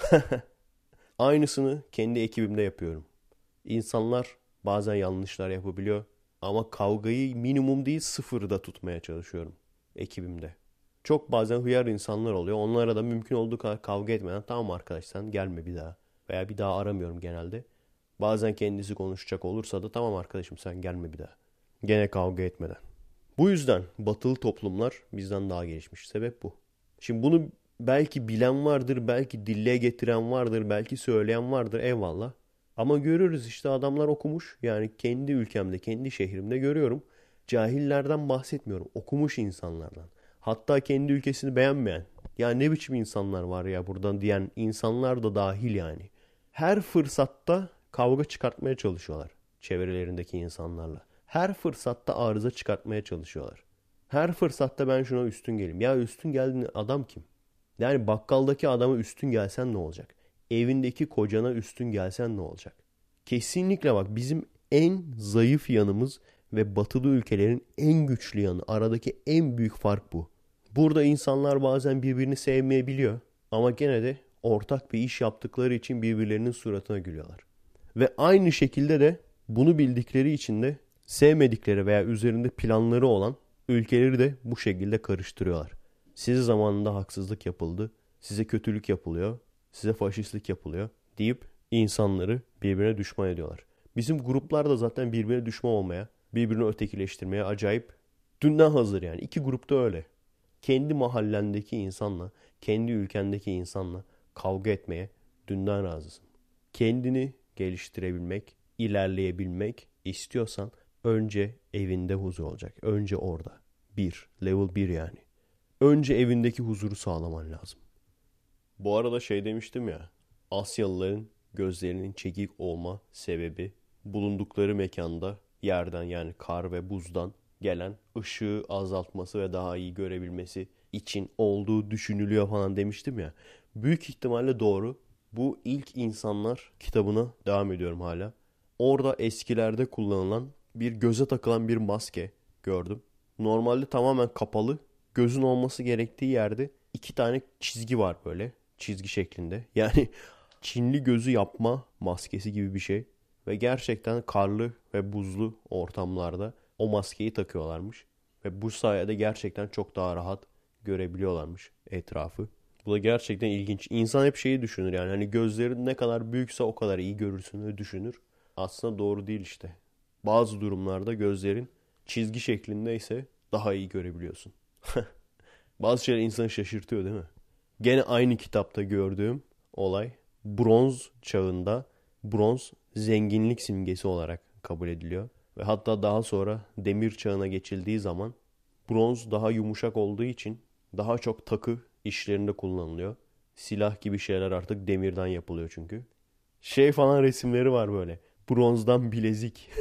Aynısını kendi ekibimde yapıyorum. İnsanlar bazen yanlışlar yapabiliyor ama kavgayı minimum değil sıfırda tutmaya çalışıyorum ekibimde. Çok bazen hıyar insanlar oluyor. Onlara da mümkün olduğu kadar kavga etmeden tamam arkadaş sen gelme bir daha. Veya bir daha aramıyorum genelde. Bazen kendisi konuşacak olursa da tamam arkadaşım sen gelme bir daha. Gene kavga etmeden. Bu yüzden batılı toplumlar bizden daha gelişmiş. Sebep bu. Şimdi bunu belki bilen vardır, belki dille getiren vardır, belki söyleyen vardır, eyvallah. Ama görüyoruz işte, adamlar okumuş. Yani kendi ülkemde, kendi şehrimde görüyorum. Cahillerden bahsetmiyorum. Okumuş insanlardan. Hatta kendi ülkesini beğenmeyen. Ya ne biçim insanlar var ya buradan diyen insanlar da dahil yani. Her fırsatta kavga çıkartmaya çalışıyorlar çevrelerindeki insanlarla. Her fırsatta arıza çıkartmaya çalışıyorlar. Her fırsatta ben şuna üstün geleyim. Ya üstün geldiğin adam kim? Yani bakkaldaki adama üstün gelsen ne olacak? Evindeki kocana üstün gelsen ne olacak? Kesinlikle bak, bizim en zayıf yanımız ve batılı ülkelerin en güçlü yanı. Aradaki en büyük fark bu. Burada insanlar bazen birbirini sevmeyebiliyor. Ama gene de ortak bir iş yaptıkları için birbirlerinin suratına gülüyorlar. Ve aynı şekilde de bunu bildikleri için de sevmedikleri veya üzerinde planları olan ülkeleri de bu şekilde karıştırıyorlar. Size zamanında haksızlık yapıldı, size kötülük yapılıyor, size faşistlik yapılıyor deyip insanları birbirine düşman ediyorlar. Bizim gruplar da zaten birbirine düşman olmaya, birbirini ötekileştirmeye acayip dünden hazır yani. İki grupta öyle. Kendi mahallendeki insanla, kendi ülkendeki insanla kavga etmeye dünden razısın. Kendini geliştirebilmek, ilerleyebilmek istiyorsan önce evinde huzur olacak. Önce orada. Level 1 yani. Önce evindeki huzuru sağlaman lazım. Bu arada şey demiştim ya, Asyalıların gözlerinin çekik olma sebebi bulundukları mekanda yerden, yani kar ve buzdan gelen ışığı azaltması ve daha iyi görebilmesi için olduğu düşünülüyor falan demiştim ya. Büyük ihtimalle doğru. Bu ilk insanlar kitabına devam ediyorum hala. Orada eskilerde kullanılan bir göze takılan bir maske gördüm. Normalde tamamen kapalı. Gözün olması gerektiği yerde iki tane çizgi var böyle. Çizgi şeklinde. Yani Çinli gözü yapma maskesi gibi bir şey. Ve gerçekten karlı ve buzlu ortamlarda o maskeyi takıyorlarmış. Ve bu sayede gerçekten çok daha rahat görebiliyorlarmış etrafı. Bu da gerçekten ilginç. İnsan hep şeyi düşünür yani, hani gözlerin ne kadar büyükse o kadar iyi görürsün düşünür. Aslında doğru değil işte. Bazı durumlarda gözlerin çizgi şeklindeyse daha iyi görebiliyorsun. Bazı şeyler insanı şaşırtıyor değil mi? Gene aynı kitapta gördüğüm olay, bronz çağında bronz zenginlik simgesi olarak kabul ediliyor. Ve hatta daha sonra demir çağına geçildiği zaman bronz daha yumuşak olduğu için daha çok takı işlerinde kullanılıyor. Silah gibi şeyler artık demirden yapılıyor çünkü. Şey falan resimleri var böyle. Bronzdan bilezik.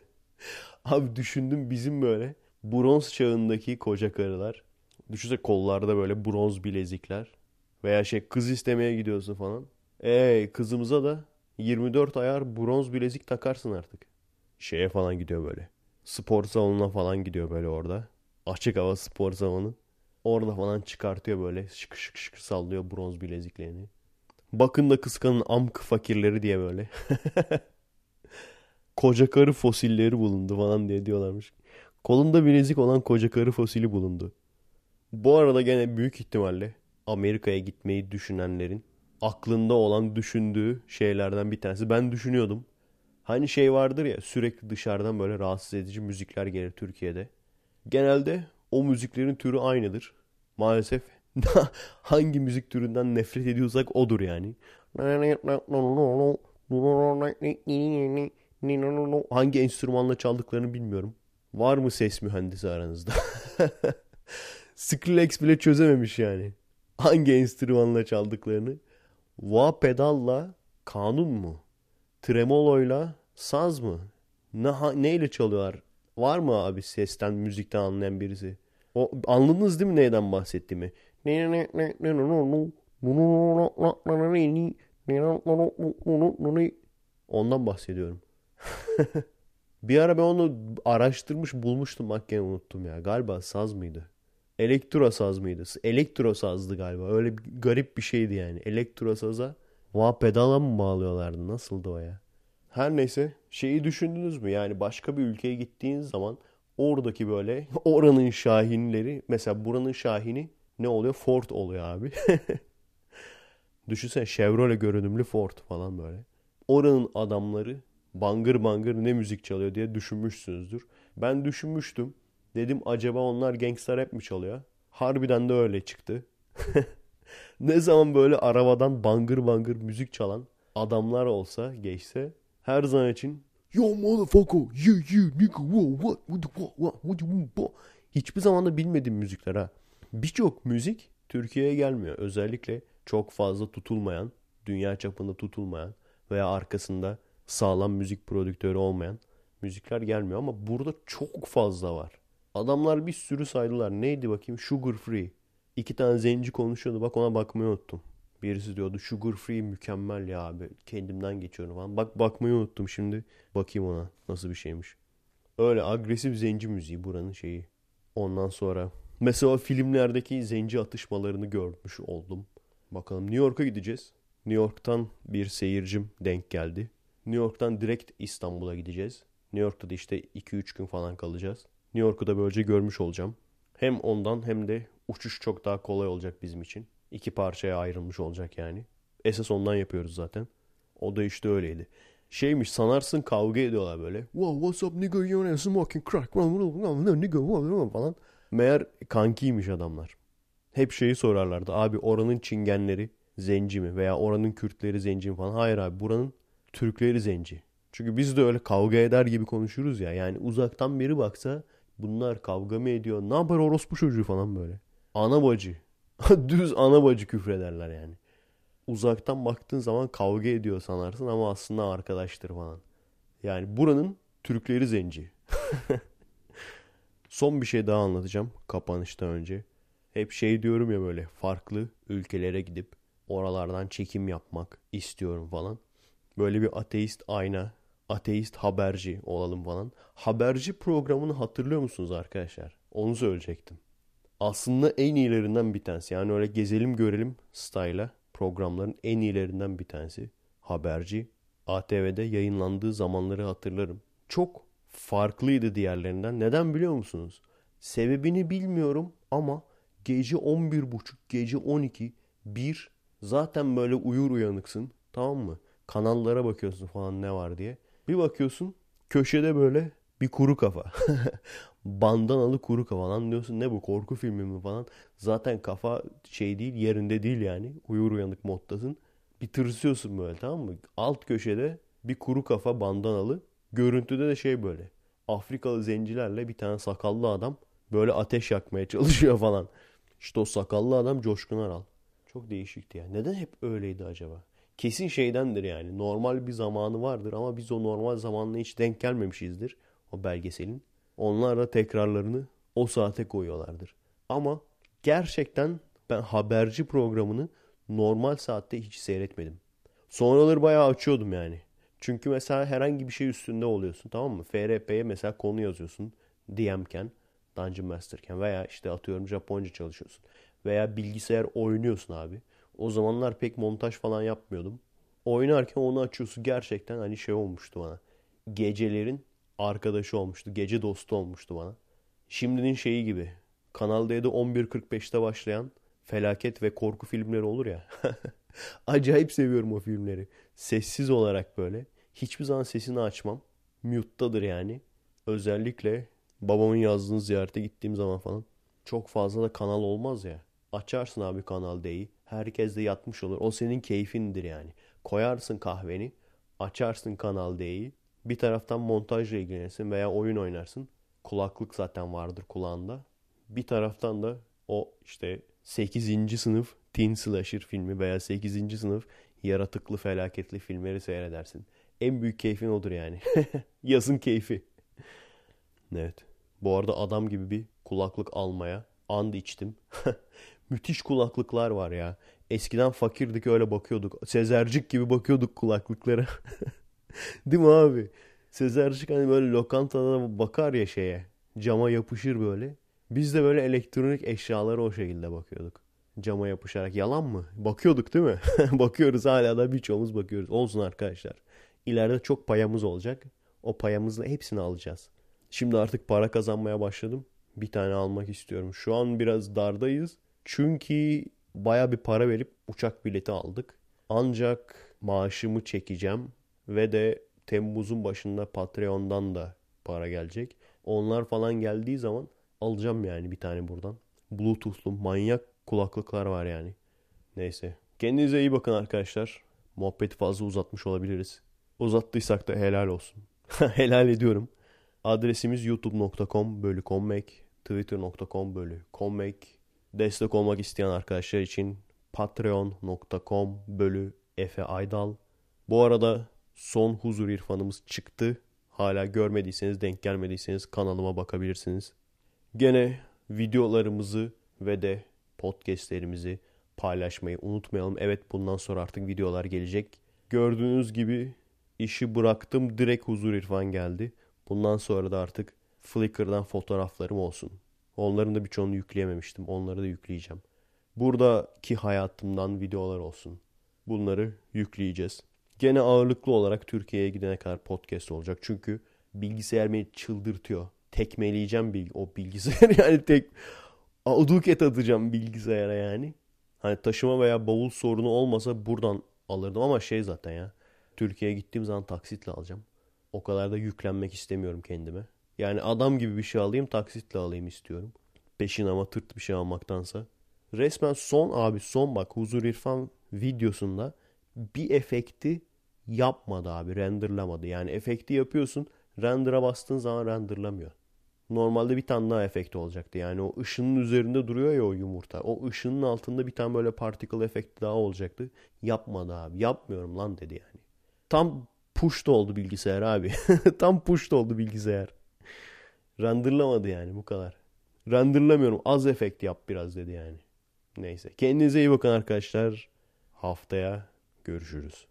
Abi düşündüm, bizim böyle bronz çağındaki koca karılar. Düşünsene kollarda böyle bronz bilezikler. Veya kız istemeye gidiyorsun falan. Kızımıza da 24 ayar bronz bilezik takarsın artık. Şeye falan gidiyor böyle. Spor salonuna falan gidiyor böyle orada. Açık hava spor salonu. Orada falan çıkartıyor böyle, şıkır şıkır şıkır sallıyor bronz bileziklerini. Bakın da kıskanın amk fakirleri diye böyle. Koca karı fosilleri bulundu falan diye diyorlarmış. Kolunda bilezik olan koca karı fosili bulundu. Bu arada gene büyük ihtimalle Amerika'ya gitmeyi düşünenlerin aklında olan düşündüğü şeylerden bir tanesi. Ben düşünüyordum. Hani şey vardır ya, sürekli dışarıdan böyle rahatsız edici müzikler gelir Türkiye'de. Genelde o müziklerin türü aynıdır. Maalesef hangi müzik türünden nefret ediyorsak odur yani. Hangi enstrümanla çaldıklarını bilmiyorum. Var mı ses mühendisi aranızda? Skrillex bile çözememiş yani. Hangi enstrümanla çaldıklarını. Wah pedalla kanun mu? Tremoloyla saz mı? Neyle çalıyorlar? Var mı abi sesten, müzikten anlayan birisi? Anladınız değil mi neyden bahsettiğimi? Ondan bahsediyorum. Bir ara ben onu araştırmış bulmuştum. Bak gene unuttum ya. Galiba saz mıydı? Elektro saz mıydı? Elektro sazdı galiba. Öyle bir, garip bir şeydi yani. Elektro saza pedala mı bağlıyorlardı? Nasıldı o ya? Her neyse, şeyi düşündünüz mü? Yani başka bir ülkeye gittiğiniz zaman oradaki böyle oranın şahinleri, mesela buranın şahini ne oluyor? Ford oluyor abi. Düşünsene, Chevrolet görünümlü Ford falan böyle. Oranın adamları bangır bangır ne müzik çalıyor diye düşünmüşsünüzdür. Ben düşünmüştüm. Dedim acaba onlar gangster rap mi çalıyor? Harbiden de öyle çıktı. Ne zaman böyle arabadan bangır bangır müzik çalan adamlar olsa, geçse, her zaman için yo motherfucker, yeah nigga, what. Hiçbir zaman da bilmediğim müzikler ha. Birçok müzik Türkiye'ye gelmiyor. Özellikle çok fazla tutulmayan, dünya çapında tutulmayan veya arkasında sağlam müzik prodüktörü olmayan müzikler gelmiyor ama burada çok fazla var. Adamlar bir sürü saydılar. Neydi bakayım? Sugar Free. 2 tane zenci konuşuyordu. Bak ona bakmayı unuttum. Birisi diyordu Sugar Free mükemmel ya abi. Kendimden geçiyorum falan. Bakmayı unuttum şimdi. Bakayım ona nasıl bir şeymiş. Öyle agresif zenci müziği buranın şeyi. Ondan sonra mesela filmlerdeki zenci atışmalarını görmüş oldum. Bakalım, New York'a gideceğiz. New York'tan bir seyircim denk geldi. New York'tan direkt İstanbul'a gideceğiz. New York'ta da işte 2-3 gün falan kalacağız. New York'u da böylece görmüş olacağım. Hem ondan hem de uçuş çok daha kolay olacak bizim için. 2 parçaya ayrılmış olacak yani. Esas ondan yapıyoruz zaten. O da işte öyleydi. Şeymiş, sanarsın kavga ediyorlar böyle. Wow, what's up nigga, you know, smoking crack falan. Meğer kankiymiş adamlar. Hep şeyi sorarlardı. Abi oranın Çingenleri zenci mi? Veya oranın Kürtleri zenci mi falan. Hayır abi, buranın Türkleri zenci. Çünkü biz de öyle kavga eder gibi konuşuruz ya. Yani uzaktan biri baksa bunlar kavga mı ediyor? Ne haber orospu çocuğu falan böyle. Ana bacı. Düz ana bacı küfrederler yani. Uzaktan baktığın zaman kavga ediyor sanarsın ama aslında arkadaştır falan. Yani buranın Türkleri zenci. Son bir şey daha anlatacağım kapanıştan önce. Hep şey diyorum ya, böyle farklı ülkelere gidip oralardan çekim yapmak istiyorum falan. Böyle bir ateist ayna, ateist haberci olalım falan. Haberci programını hatırlıyor musunuz arkadaşlar? Onu söyleyecektim. Aslında en iyilerinden bir tanesi. Yani öyle gezelim görelim style'a programların en iyilerinden bir tanesi. Haberci. ATV'de yayınlandığı zamanları hatırlarım. Çok farklıydı diğerlerinden. Neden biliyor musunuz? Sebebini bilmiyorum ama gece 11.30, gece 12, 1 zaten böyle uyur uyanıksın. Tamam mı? Kanallara bakıyorsun falan ne var diye. Bir bakıyorsun köşede böyle bir kuru kafa. Bandanalı kuru kafa. Lan diyorsun ne bu, korku filmi mi falan. Zaten kafa şey değil, yerinde değil yani. Uyur uyanık moddasın. Bir tırsıyorsun böyle, tamam mı? Alt köşede bir kuru kafa bandanalı. Görüntüde de şey böyle. Afrikalı zencilerle bir tane sakallı adam böyle ateş yakmaya çalışıyor falan. İşte o sakallı adam Coşkun Aral. Çok değişikti ya. Neden hep öyleydi acaba? Kesin şeydendir yani. Normal bir zamanı vardır ama biz o normal zamanla hiç denk gelmemişizdir. O belgeselin. Onlar da tekrarlarını o saate koyuyorlardır. Ama gerçekten ben haberci programını normal saatte hiç seyretmedim. Sonraları bayağı açıyordum yani. Çünkü mesela herhangi bir şey üstünde oluyorsun, tamam mı? FRP'ye mesela konu yazıyorsun. DM'ken, Dungeon Master'ken veya işte atıyorum Japonca çalışıyorsun. Veya bilgisayar oynuyorsun abi. O zamanlar pek montaj falan yapmıyordum. Oynarken onu açıyorsun, gerçekten hani şey olmuştu bana. Gecelerin arkadaşı olmuştu. Gece dostu olmuştu bana. Şimdinin şeyi gibi. Kanal D'de 11.45'te başlayan felaket ve korku filmleri olur ya. Acayip seviyorum o filmleri. Sessiz olarak böyle. Hiçbir zaman sesini açmam. Mute'dadır yani. Özellikle babamın yazlığını ziyarete gittiğim zaman falan. Çok fazla da kanal olmaz ya. Açarsın abi Kanal D'yi. Herkes de yatmış olur. O senin keyfindir yani. Koyarsın kahveni. Açarsın Kanal D'yi. Bir taraftan montajla ilgilenirsin veya oyun oynarsın. Kulaklık zaten vardır kulağında. Bir taraftan da o işte 8. sınıf teen slasher filmi veya 8. sınıf yaratıklı felaketli filmleri seyredersin. En büyük keyfin odur yani. Yazın keyfi. Evet. Bu arada adam gibi bir kulaklık almaya and içtim. Müthiş kulaklıklar var ya. Eskiden fakirdik, öyle bakıyorduk. Sezercik gibi bakıyorduk kulaklıklara. Değil mi abi? Sezercik hani böyle lokantada bakar ya şeye. Cama yapışır böyle. Biz de böyle elektronik eşyalara o şekilde bakıyorduk. Cama yapışarak. Yalan mı? Bakıyorduk değil mi? Bakıyoruz, hala da birçoğumuz bakıyoruz. Olsun arkadaşlar. İleride çok payamız olacak. O payamızla hepsini alacağız. Şimdi artık para kazanmaya başladım. Bir tane almak istiyorum. Şu an biraz dardayız. Çünkü baya bir para verip uçak bileti aldık. Ancak maaşımı çekeceğim. Ve de Temmuz'un başında Patreon'dan da para gelecek. Onlar falan geldiği zaman alacağım yani bir tane buradan. Bluetooth'lu manyak kulaklıklar var yani. Neyse. Kendinize iyi bakın arkadaşlar. Muhabbeti fazla uzatmış olabiliriz. Uzattıysak da helal olsun. Helal ediyorum. Adresimiz youtube.com/kommek, twitter.com/kommek. Destek olmak isteyen arkadaşlar için patreon.com/Efe Aydal. Bu arada son Huzur İrfanımız çıktı. Hala görmediyseniz, denk gelmediyseniz kanalıma bakabilirsiniz. Gene videolarımızı ve de podcastlerimizi paylaşmayı unutmayalım. Evet, bundan sonra artık videolar gelecek. Gördüğünüz gibi işi bıraktım. Direkt Huzur İrfan geldi. Bundan sonra da artık Flickr'dan fotoğraflarım olsun. Onların da birçoğunu yükleyememiştim. Onları da yükleyeceğim. Buradaki hayatımdan videolar olsun. Bunları yükleyeceğiz. Gene ağırlıklı olarak Türkiye'ye gidene kadar podcast olacak. Çünkü bilgisayar beni çıldırtıyor. Tekmeleyeceğim o bilgisayarı yani aduket atacağım bilgisayara yani. Hani taşıma veya bavul sorunu olmasa buradan alırdım ama şey zaten ya. Türkiye'ye gittiğim zaman taksitle alacağım. O kadar da yüklenmek istemiyorum kendime. Yani adam gibi bir şey alayım, taksitle alayım istiyorum. Peşin ama tırt bir şey almaktansa. Resmen son bak Huzur İrfan videosunda bir efekti yapmadı abi, renderlamadı. Yani efekti yapıyorsun, render'a bastığın zaman renderlamıyor. Normalde bir tane daha efekti olacaktı. Yani o ışının üzerinde duruyor ya o yumurta. O ışının altında bir tane böyle particle efekti daha olacaktı. Yapmadı abi. Yapmıyorum lan dedi yani. Tam push oldu bilgisayar abi. Tam push oldu bilgisayar. Renderlamadı yani, bu kadar. Renderlamıyorum. Az efekt yap biraz dedi yani. Neyse. Kendinize iyi bakın arkadaşlar. Haftaya görüşürüz.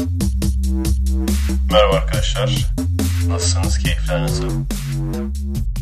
Merhaba arkadaşlar. Nasılsınız? Keyifler nasıl?